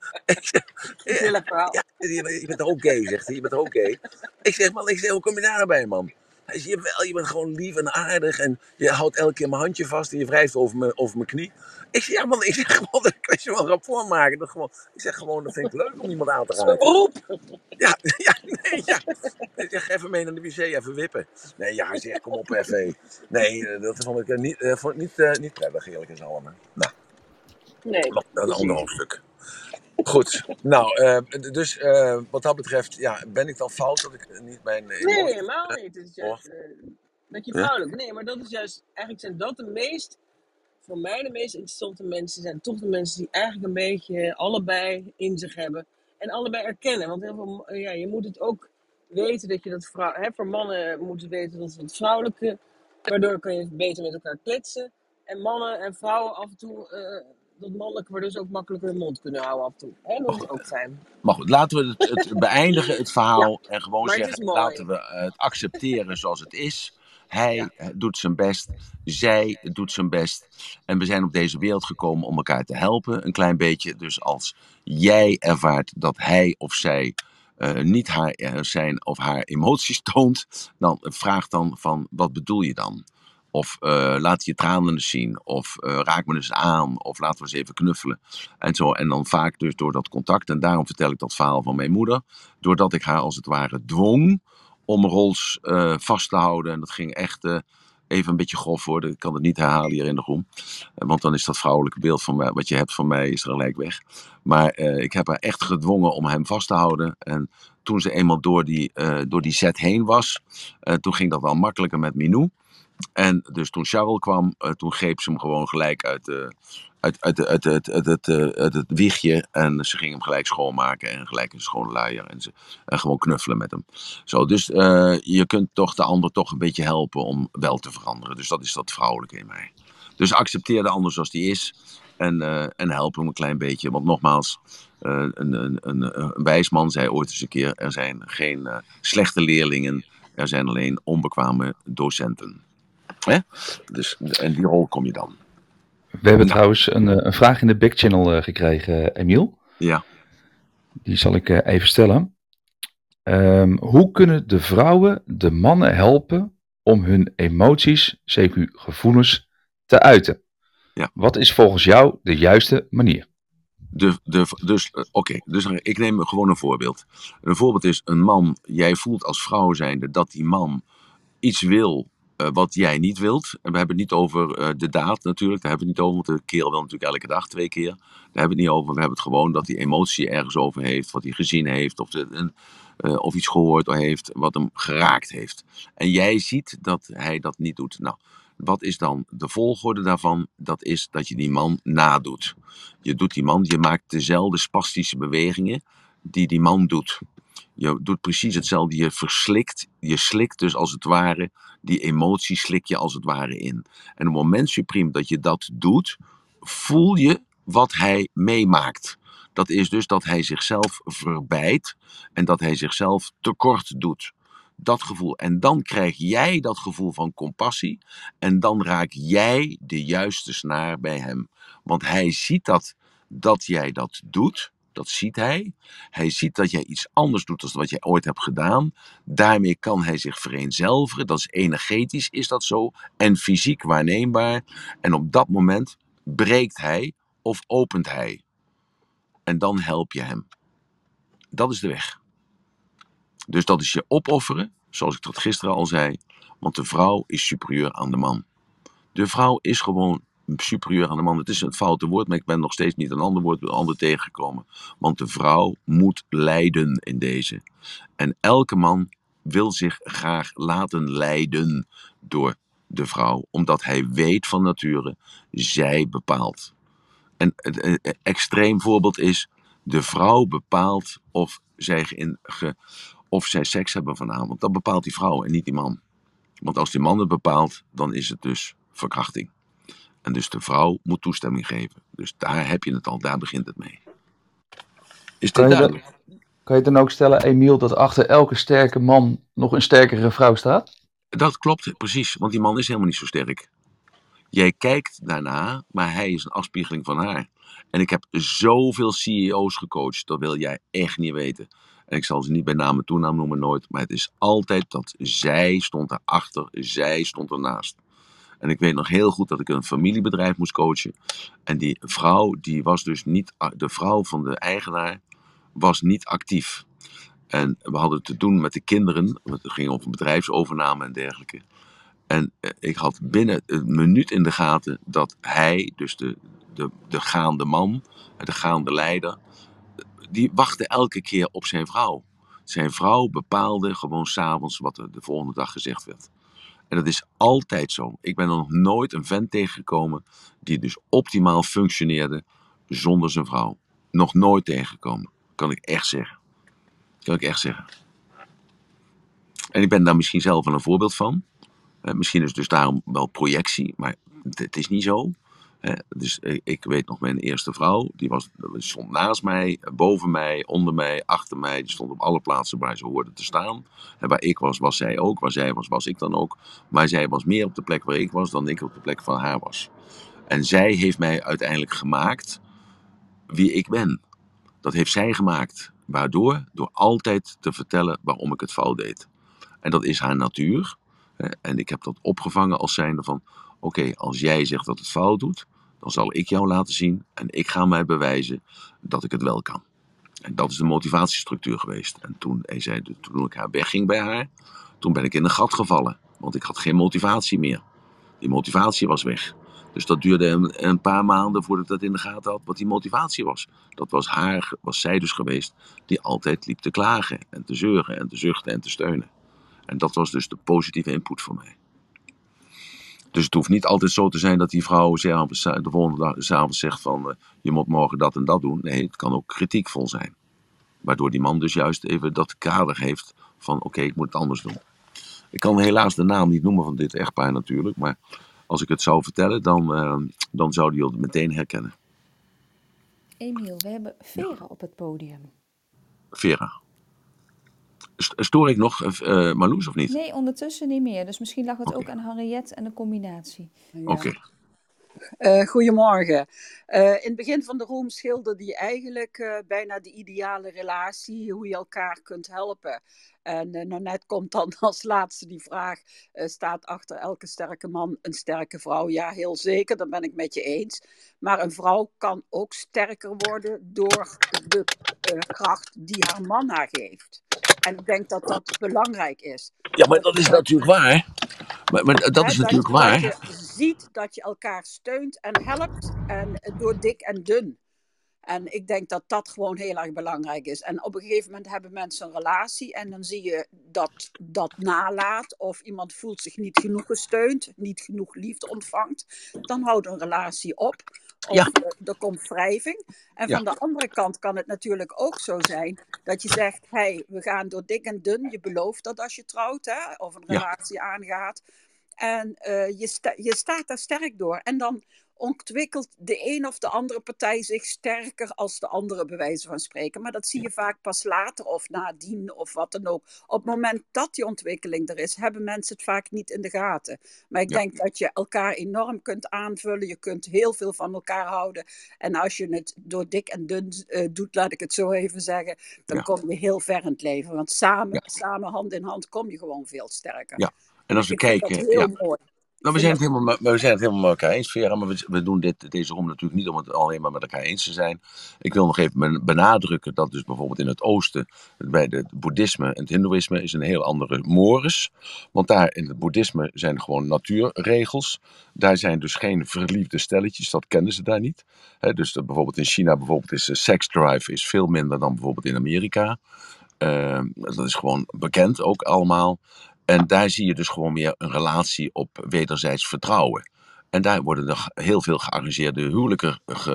Speaker 6: verhaal.
Speaker 2: Ja, je bent ook gay, zegt hij. Je bent ook gay. Ik zeg, man, hoe kom je daar nou bij, man? Hij zei, jawel, je bent gewoon lief en aardig. En je houdt elke keer mijn handje vast en je wrijft over mijn knie. Ik zeg, ja man, ik zeg gewoon, dat kan je wel een rapport maken. Ik zeg gewoon, dat vind ik leuk om iemand aan te
Speaker 6: Dat is mijn
Speaker 2: raken.
Speaker 6: beroep.
Speaker 2: Ja. Ik zeg, even mee naar de wc, even wippen. Nee, ja, zeg, kom op even. Nee, dat vond ik niet prettig, eerlijk is allemaal. Nou,
Speaker 6: Nee,
Speaker 2: een ander
Speaker 6: precies.
Speaker 2: hoofdstuk. Goed, nou, dus wat dat betreft, ja, ben ik dan fout dat ik niet mijn
Speaker 6: Nee,
Speaker 2: emoties
Speaker 6: helemaal niet. Het is juist dat je
Speaker 2: Ja?
Speaker 6: vrouwelijk. Nee, maar dat is juist, eigenlijk zijn dat voor mij de meest interessante mensen zijn toch de mensen die eigenlijk een beetje allebei in zich hebben. En allebei erkennen. Want heel veel, je moet het ook weten dat je dat voor mannen moeten weten dat ze het vrouwelijke, waardoor kan je beter met elkaar kletsen. En mannen en vrouwen af en toe, dat mannelijke, waardoor ze ook makkelijker hun mond kunnen houden af en toe. Hè, dat is ook fijn.
Speaker 2: Maar goed, laten we het beëindigen, het verhaal. En gewoon
Speaker 6: Maar het
Speaker 2: zeggen,
Speaker 6: is mooi.
Speaker 2: laten we het accepteren zoals het is. Hij doet zijn best. Zij doet zijn best. En we zijn op deze wereld gekomen om elkaar te helpen. Een klein beetje. Dus als jij ervaart dat hij of zij niet zijn of haar emoties toont. Dan vraag dan van, wat bedoel je dan? Of laat je tranen eens zien. Of raak me eens aan. Of laten we eens even knuffelen. En zo. En dan vaak dus door dat contact. En daarom vertel ik dat verhaal van mijn moeder. Doordat ik haar als het ware dwong om Rols vast te houden. En dat ging echt even een beetje grof worden. Ik kan het niet herhalen hier in de room. Want dan is dat vrouwelijke beeld van mij, wat je hebt van mij, is er gelijk weg. Maar ik heb haar echt gedwongen om hem vast te houden. En toen ze eenmaal door die set heen was, toen ging dat wel makkelijker met Minou. En dus toen Charles kwam, toen greep ze hem gewoon gelijk uit het wiegje. En ze ging hem gelijk schoonmaken en gelijk een schone luier. En gewoon knuffelen met hem. Zo, dus je kunt toch de ander toch een beetje helpen om wel te veranderen. Dus dat is dat vrouwelijke in mij. Dus accepteer de ander zoals die is. En help hem een klein beetje. Want nogmaals, een wijs man zei ooit eens een keer: er zijn geen slechte leerlingen. Er zijn alleen onbekwame docenten. Hè? Dus, en die rol kom je dan.
Speaker 5: We hebben trouwens een vraag in de backchannel gekregen, Emiel.
Speaker 2: Ja.
Speaker 5: Die zal ik even stellen. Hoe kunnen de vrouwen de mannen helpen om hun emoties, CQ gevoelens, te uiten?
Speaker 2: Ja.
Speaker 5: Wat is volgens jou de juiste manier?
Speaker 2: Dus ik neem gewoon een voorbeeld. Een voorbeeld is een man, jij voelt als vrouw zijnde dat die man iets wil wat jij niet wilt. En we hebben het niet over de daad natuurlijk. Daar hebben we het niet over, want de kerel wil natuurlijk elke dag 2 keer. Daar hebben we het niet over. We hebben het gewoon dat hij emotie ergens over heeft. Wat hij gezien heeft. Of iets gehoord heeft wat hem geraakt heeft. En jij ziet dat hij dat niet doet. Nou, wat is dan de volgorde daarvan? Dat is dat je die man nadoet. Je maakt dezelfde spastische bewegingen die man doet. Je doet precies hetzelfde. Je slikt dus als het ware, die emotie slik je als het ware in. En op het moment supreme dat je dat doet, voel je wat hij meemaakt. Dat is dus dat hij zichzelf verbijt en dat hij zichzelf tekort doet. Dat gevoel. En dan krijg jij dat gevoel van compassie en dan raak jij de juiste snaar bij hem. Want hij ziet dat jij dat doet. Dat ziet hij. Hij ziet dat jij iets anders doet dan wat jij ooit hebt gedaan. Daarmee kan hij zich vereenzelvigen. Dat is energetisch, is dat zo. En fysiek waarneembaar. En op dat moment breekt hij of opent hij. En dan help je hem. Dat is de weg. Dus dat is je opofferen, zoals ik dat gisteren al zei. Want de vrouw is superieur aan de man. De vrouw is gewoon superieur aan de man. Het is een foute woord, maar ik ben nog steeds niet een ander tegengekomen. Want de vrouw moet lijden in deze. En elke man wil zich graag laten leiden door de vrouw. Omdat hij weet van nature, zij bepaalt. En een extreem voorbeeld is, de vrouw bepaalt of zij seks hebben vanavond. Dat bepaalt die vrouw en niet die man. Want als die man het bepaalt, dan is het dus verkrachting. En dus de vrouw moet toestemming geven. Dus daar heb je het al, daar begint het mee. Is dit duidelijk?
Speaker 5: Kan je dan ook stellen, Emiel, dat achter elke sterke man nog een sterkere vrouw staat?
Speaker 2: Dat klopt, precies. Want die man is helemaal niet zo sterk. Jij kijkt daarna, maar hij is een afspiegeling van haar. En ik heb zoveel CEO's gecoacht, dat wil jij echt niet weten. En ik zal ze niet bij naam en toenaam noemen, nooit. Maar het is altijd dat zij stond erachter, zij stond ernaast. En ik weet nog heel goed dat ik een familiebedrijf moest coachen. En die vrouw, die was dus niet, de vrouw van de eigenaar, was niet actief. En we hadden te doen met de kinderen, want het ging over bedrijfsovername en dergelijke. En ik had binnen een minuut in de gaten dat hij, dus de gaande man, de gaande leider, die wachtte elke keer op zijn vrouw. Zijn vrouw bepaalde gewoon 's avonds wat er de volgende dag gezegd werd. En dat is altijd zo. Ik ben er nog nooit een vent tegengekomen die dus optimaal functioneerde zonder zijn vrouw. Nog nooit tegengekomen. Kan ik echt zeggen. Kan ik echt zeggen. En ik ben daar misschien zelf wel een voorbeeld van. Misschien is het dus daarom wel projectie, maar het is niet zo. Dus ik weet nog, mijn eerste vrouw, die stond naast mij, boven mij, onder mij, achter mij. Die stond op alle plaatsen waar ze hoorde te staan. En waar ik was, was zij ook. Waar zij was, was ik dan ook. Maar zij was meer op de plek waar ik was dan ik op de plek van haar was. En zij heeft mij uiteindelijk gemaakt wie ik ben. Dat heeft zij gemaakt. Waardoor? Door altijd te vertellen waarom ik het fout deed. En dat is haar natuur. En ik heb dat opgevangen als zijnde van, oké, als jij zegt dat het fout doet, dan zal ik jou laten zien en ik ga mij bewijzen dat ik het wel kan. En dat is de motivatiestructuur geweest. En toen ik haar wegging bij haar, toen ben ik in een gat gevallen. Want ik had geen motivatie meer. Die motivatie was weg. Dus dat duurde een paar maanden voordat ik dat in de gaten had wat die motivatie was. Dat was zij dus geweest die altijd liep te klagen en te zeuren en te zuchten en te steunen. En dat was dus de positieve input voor mij. Dus het hoeft niet altijd zo te zijn dat die vrouw de volgende dag 's avonds zegt van je moet morgen dat en dat doen. Nee, het kan ook kritiekvol zijn. Waardoor die man dus juist even dat kader heeft van oké, ik moet het anders doen. Ik kan helaas de naam niet noemen van dit echtpaar natuurlijk. Maar als ik het zou vertellen, dan zou die het meteen herkennen.
Speaker 1: Emiel, we hebben Vera op het podium.
Speaker 2: Vera. Stoor ik nog Marloes of niet?
Speaker 1: Nee, ondertussen niet meer. Dus misschien lag het ook aan Henriette en de combinatie.
Speaker 7: Ja.
Speaker 2: Oké.
Speaker 7: Goedemorgen. In het begin van de room schilderde je eigenlijk bijna de ideale relatie, hoe je elkaar kunt helpen. En nou net komt dan als laatste die vraag, staat achter elke sterke man een sterke vrouw? Ja, heel zeker, dat ben ik met je eens. Maar een vrouw kan ook sterker worden door de kracht die haar man haar geeft. En ik denk dat dat belangrijk is.
Speaker 2: Ja, maar dat is natuurlijk waar. Maar dat is natuurlijk waar.
Speaker 7: Dat je ziet dat je elkaar steunt en helpt en door dik en dun. En ik denk dat dat gewoon heel erg belangrijk is. En op een gegeven moment hebben mensen een relatie en dan zie je dat dat nalaat. Of iemand voelt zich niet genoeg gesteund, niet genoeg liefde ontvangt. Dan houdt een relatie op. Of er komt wrijving. En van de andere kant kan het natuurlijk ook zo zijn dat je zegt, hey, we gaan door dik en dun. Je belooft dat als je trouwt, hè, of een relatie aangaat. En je staat daar sterk door. En dan ontwikkelt de een of de andere partij zich sterker als de andere, bij wijze van spreken. Maar dat zie je vaak pas later of nadien of wat dan ook. Op het moment dat die ontwikkeling er is, hebben mensen het vaak niet in de gaten. Maar ik denk dat je elkaar enorm kunt aanvullen. Je kunt heel veel van elkaar houden. En als je het door dik en dun doet, laat ik het zo even zeggen, dan kom je heel ver in het leven. Want samen hand in hand kom je gewoon veel sterker.
Speaker 2: Ja. En als we kijken.
Speaker 7: Dat heel mooi.
Speaker 2: Nou, we zijn het helemaal met elkaar eens, Vera, maar we doen deze room natuurlijk niet om het alleen maar met elkaar eens te zijn. Ik wil nog even benadrukken dat dus bijvoorbeeld in het oosten, bij het boeddhisme en het hindoeïsme, is een heel andere mores. Want daar in het boeddhisme zijn gewoon natuurregels. Daar zijn dus geen verliefde stelletjes, dat kennen ze daar niet. Dus bijvoorbeeld in China is seksdrive is veel minder dan bijvoorbeeld in Amerika. Dat is gewoon bekend ook allemaal. En daar zie je dus gewoon meer een relatie op wederzijds vertrouwen. En daar worden er heel veel gearrangeerde huwelijken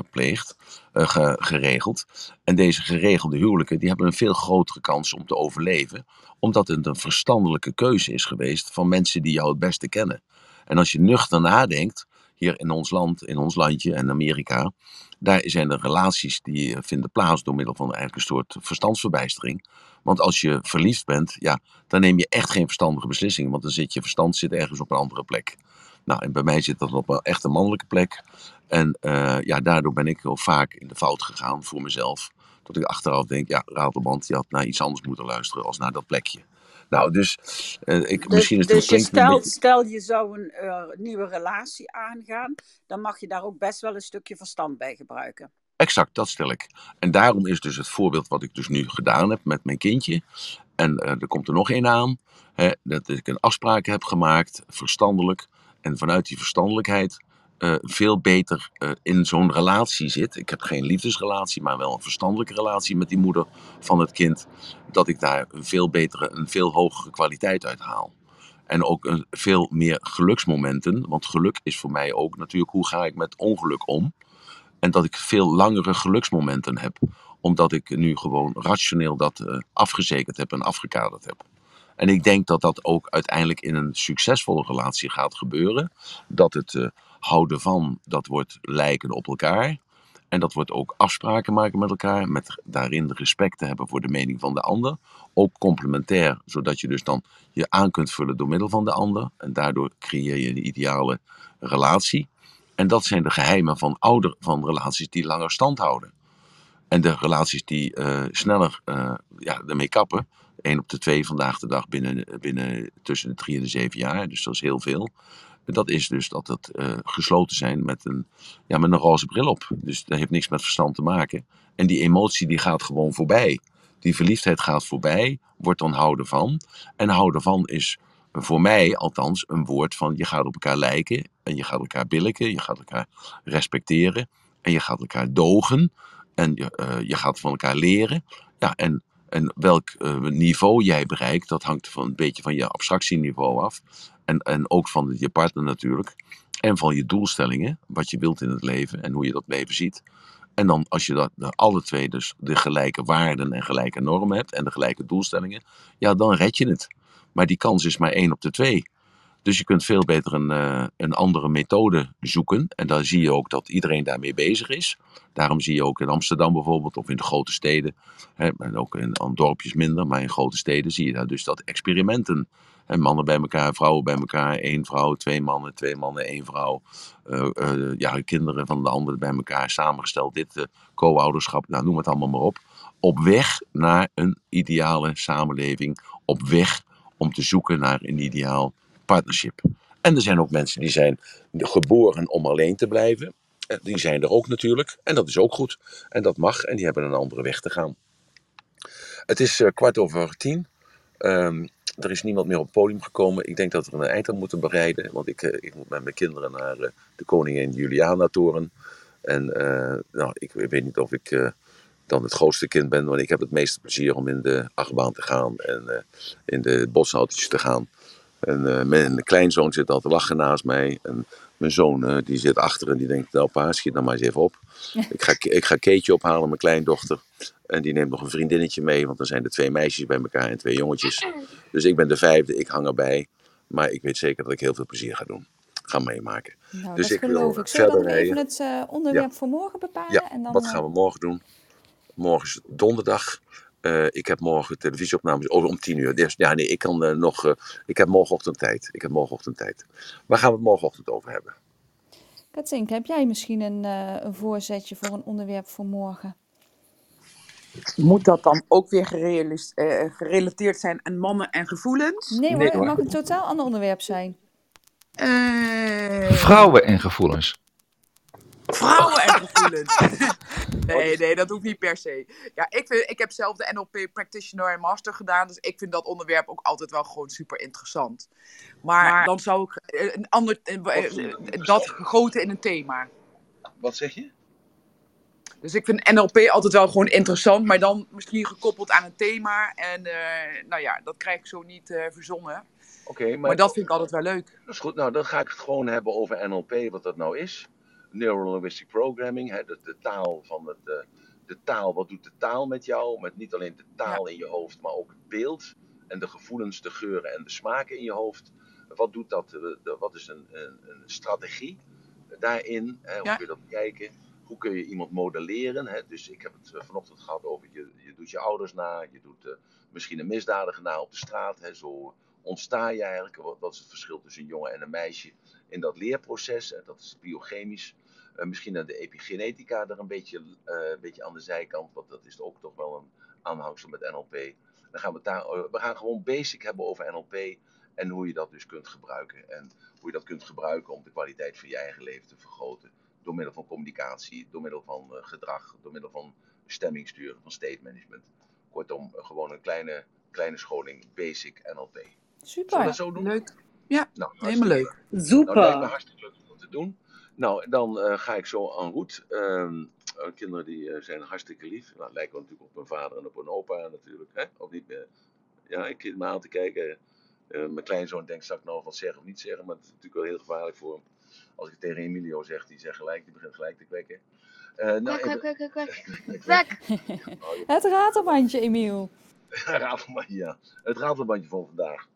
Speaker 2: geregeld. En deze geregelde huwelijken die hebben een veel grotere kans om te overleven. Omdat het een verstandelijke keuze is geweest van mensen die jou het beste kennen. En als je nuchter nadenkt, hier in ons land, in ons landje en Amerika, daar zijn er relaties die vinden plaats door middel van eigenlijk een soort verstandsverbijstering. Want als je verliefd bent, dan neem je echt geen verstandige beslissingen. Want dan zit je verstand ergens op een andere plek. Nou, en bij mij zit dat op een echt een mannelijke plek. En daardoor ben ik heel vaak in de fout gegaan voor mezelf. Dat ik achteraf denk, ja, Ratelband, je had naar iets anders moeten luisteren als naar dat plekje. Nou, dus misschien is het
Speaker 7: Dus
Speaker 2: klinkt een beetje...
Speaker 7: stel je zou een nieuwe relatie aangaan, dan mag je daar ook best wel een stukje verstand bij gebruiken.
Speaker 2: Exact, dat stel ik. En daarom is dus het voorbeeld wat ik dus nu gedaan heb met mijn kindje. En er komt er nog één aan. Hè, dat ik een afspraak heb gemaakt, verstandelijk. En vanuit die verstandelijkheid veel beter in zo'n relatie zit. Ik heb geen liefdesrelatie, maar wel een verstandelijke relatie met die moeder van het kind. Dat ik daar een veel hogere kwaliteit uit haal. En ook veel meer geluksmomenten. Want geluk is voor mij ook natuurlijk hoe ga ik met ongeluk om. En dat ik veel langere geluksmomenten heb. Omdat ik nu gewoon rationeel dat afgezekerd heb en afgekaderd heb. En ik denk dat dat ook uiteindelijk in een succesvolle relatie gaat gebeuren. Dat het houden van, dat wordt lijken op elkaar. En dat wordt ook afspraken maken met elkaar. Met daarin respect te hebben voor de mening van de ander. Ook complementair, zodat je dus dan je aan kunt vullen door middel van de ander. En daardoor creëer je een ideale relatie. En dat zijn de geheimen van relaties die langer stand houden. En de relaties die sneller ermee kappen. 1 op de 2 vandaag de dag binnen tussen de 3 en de 7 jaar. Dus dat is heel veel. Dat is dus dat het gesloten zijn met een roze bril op. Dus dat heeft niks met verstand te maken. En die emotie die gaat gewoon voorbij. Die verliefdheid gaat voorbij, wordt dan houden van. En houden van is voor mij althans een woord van je gaat op elkaar lijken. En je gaat elkaar billijken, je gaat elkaar respecteren. En je gaat elkaar dogen. En je gaat van elkaar leren. Ja, en welk niveau jij bereikt, dat hangt een beetje van je abstractieniveau af. En ook van je partner natuurlijk. En van je doelstellingen, wat je wilt in het leven en hoe je dat leven ziet. En dan als je alle twee dus de gelijke waarden en gelijke normen hebt en de gelijke doelstellingen, ja, dan red je het. Maar die kans is maar 1 op de 2. Dus je kunt veel beter een andere methode zoeken. En dan zie je ook dat iedereen daarmee bezig is. Daarom zie je ook in Amsterdam bijvoorbeeld, of in de grote steden, en ook in dorpjes minder, maar in grote steden zie je daar dus dat experimenten. Mannen bij elkaar, vrouwen bij elkaar, 1 vrouw, 2 mannen, 2 mannen, 1 vrouw. Kinderen van de ander bij elkaar samengesteld. Dit co-ouderschap, nou, noem het allemaal maar op. Op weg naar een ideale samenleving. Op weg om te zoeken naar een ideaal partnership. En er zijn ook mensen die zijn geboren om alleen te blijven. Die zijn er ook natuurlijk. En dat is ook goed. En dat mag. En die hebben een andere weg te gaan. Het is 10:15. Er is niemand meer op het podium gekomen. Ik denk dat we er een eind aan moeten bereiden. Want ik moet met mijn kinderen naar de Koningin Juliana-toren. En ik weet niet of ik dan het grootste kind ben. Want ik heb het meeste plezier om in de achtbaan te gaan. En in de bosautootjes te gaan. En mijn kleinzoon zit al te lachen naast mij. En mijn zoon die zit achter en die denkt, nou pa, schiet nou maar eens even op. Ik ga Keetje ophalen, mijn kleindochter. En die neemt nog een vriendinnetje mee, want er zijn er 2 meisjes bij elkaar en 2 jongetjes. Dus ik ben de 5e, ik hang erbij. Maar ik weet zeker dat ik heel veel plezier ga doen. Ga meemaken.
Speaker 1: Nou,
Speaker 2: Dus
Speaker 1: dat
Speaker 2: ik wil
Speaker 1: geloof ik. Zullen we dan
Speaker 2: verder
Speaker 1: even
Speaker 2: rijden.
Speaker 1: het onderwerp voor morgen bepalen?
Speaker 2: Ja,
Speaker 1: En dan,
Speaker 2: wat gaan we morgen doen? Morgen is donderdag. Ik heb morgen televisieopnames om 10:00. Dus, ja, nee, ik kan ik heb morgenochtend tijd. Waar gaan we het morgenochtend over hebben?
Speaker 1: Katinka, heb jij misschien een voorzetje voor een onderwerp voor morgen?
Speaker 4: Moet dat dan ook weer gerelateerd zijn aan mannen en gevoelens?
Speaker 1: Nee hoor,
Speaker 2: Nee,
Speaker 1: het mag een totaal ander onderwerp zijn.
Speaker 5: Vrouwen en gevoelens.
Speaker 4: Vrouwen en gevoelens. Nee, dat hoeft niet per se. Ja, ik heb zelf de NLP Practitioner en Master gedaan. Dus ik vind dat onderwerp ook altijd wel gewoon super interessant. Maar dan zou ik dat gegoten in een thema.
Speaker 2: Wat zeg je?
Speaker 4: Dus ik vind NLP altijd wel gewoon interessant. Maar dan misschien gekoppeld aan een thema. En dat krijg ik zo niet verzonnen.
Speaker 2: Oké,
Speaker 4: Maar dat vind ik altijd wel leuk.
Speaker 2: Dat is goed. Nou, dan ga ik het gewoon hebben over NLP, wat dat nou is. Neuro-linguistic programming, de taal van de taal. Wat doet de taal met jou? Met niet alleen de taal in je hoofd, maar ook het beeld en de gevoelens, de geuren en de smaken in je hoofd. Wat doet dat? Wat is een strategie daarin? Hoe kun je dat bekijken? Hoe kun je iemand modelleren? Dus ik heb het vanochtend gehad over je doet je ouders na, je doet misschien een misdadiger na op de straat. Zo ontsta je eigenlijk. Wat is het verschil tussen een jongen en een meisje in dat leerproces? Dat is biochemisch. Misschien naar de epigenetica er een beetje aan de zijkant, want dat is ook toch wel een aanhangsel met NLP. Dan gaan we gaan gewoon basic hebben over NLP en hoe je dat dus kunt gebruiken. En hoe je dat kunt gebruiken om de kwaliteit van je eigen leven te vergroten. Door middel van communicatie, door middel van gedrag, door middel van stemmingsturen, van state management. Kortom, gewoon een kleine scholing basic NLP. Zullen we
Speaker 1: Super.
Speaker 2: dat zo doen?
Speaker 4: Leuk. Ja,
Speaker 2: Nou,
Speaker 4: helemaal leuk.
Speaker 2: Nou, het lijkt me
Speaker 6: Super.
Speaker 2: hartstikke leuk om te doen. Nou, dan ga ik zo en route. Kinderen die zijn hartstikke lief. Nou, lijken natuurlijk op hun vader en op hun opa natuurlijk. Hè? Of niet meer. Ja, ik zit me aan te kijken. Mijn kleinzoon denkt, zal ik nou wat zeggen of niet zeggen? Maar het is natuurlijk wel heel gevaarlijk voor hem. Als ik het tegen Emilio zeg, die begint gelijk te kwekken. Nou,
Speaker 8: Kwek.
Speaker 1: Het ratelbandje, Emiel.
Speaker 2: Ratelbandje, ja. Het ratelbandje voor vandaag.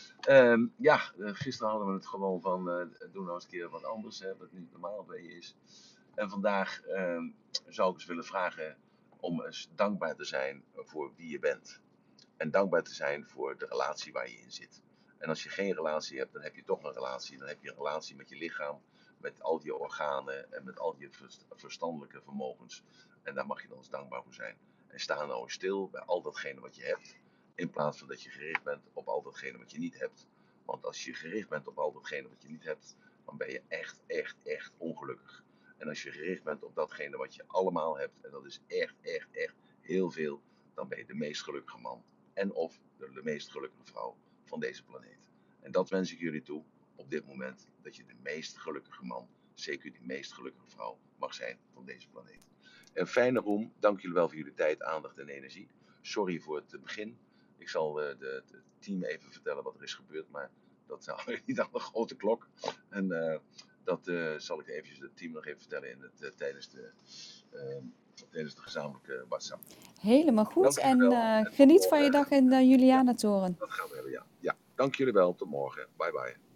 Speaker 2: Gisteren hadden we het gewoon van doen nou eens een keer wat anders, hè, wat niet normaal bij je is. En vandaag zou ik eens willen vragen om eens dankbaar te zijn voor wie je bent. En dankbaar te zijn voor de relatie waar je in zit. En als je geen relatie hebt, dan heb je toch een relatie. Dan heb je een relatie met je lichaam, met al je organen en met al je verstandelijke vermogens. En daar mag je dan eens dankbaar voor zijn. En sta nou eens stil bij al datgene wat je hebt. In plaats van dat je gericht bent op al datgene wat je niet hebt. Want als je gericht bent op al datgene wat je niet hebt, dan ben je echt ongelukkig. En als je gericht bent op datgene wat je allemaal hebt, en dat is echt heel veel, dan ben je de meest gelukkige man. En of de meest gelukkige vrouw van deze planeet. En dat wens ik jullie toe op dit moment. Dat je de meest gelukkige man, zeker de meest gelukkige vrouw, mag zijn van deze planeet. Een fijne room. Dank jullie wel voor jullie tijd, aandacht en energie. Sorry voor het begin. Ik zal het team even vertellen wat er is gebeurd. Maar dat hou ik niet aan de grote klok. En dat zal ik eventjes het team nog even vertellen tijdens de gezamenlijke WhatsApp.
Speaker 1: Helemaal goed.
Speaker 2: Dank jullie wel.
Speaker 1: En
Speaker 2: tot
Speaker 1: geniet van je
Speaker 2: morgen.
Speaker 1: dag in de Julianatoren.
Speaker 2: Dat gaan we hebben, ja. Dank jullie wel. Tot morgen. Bye bye.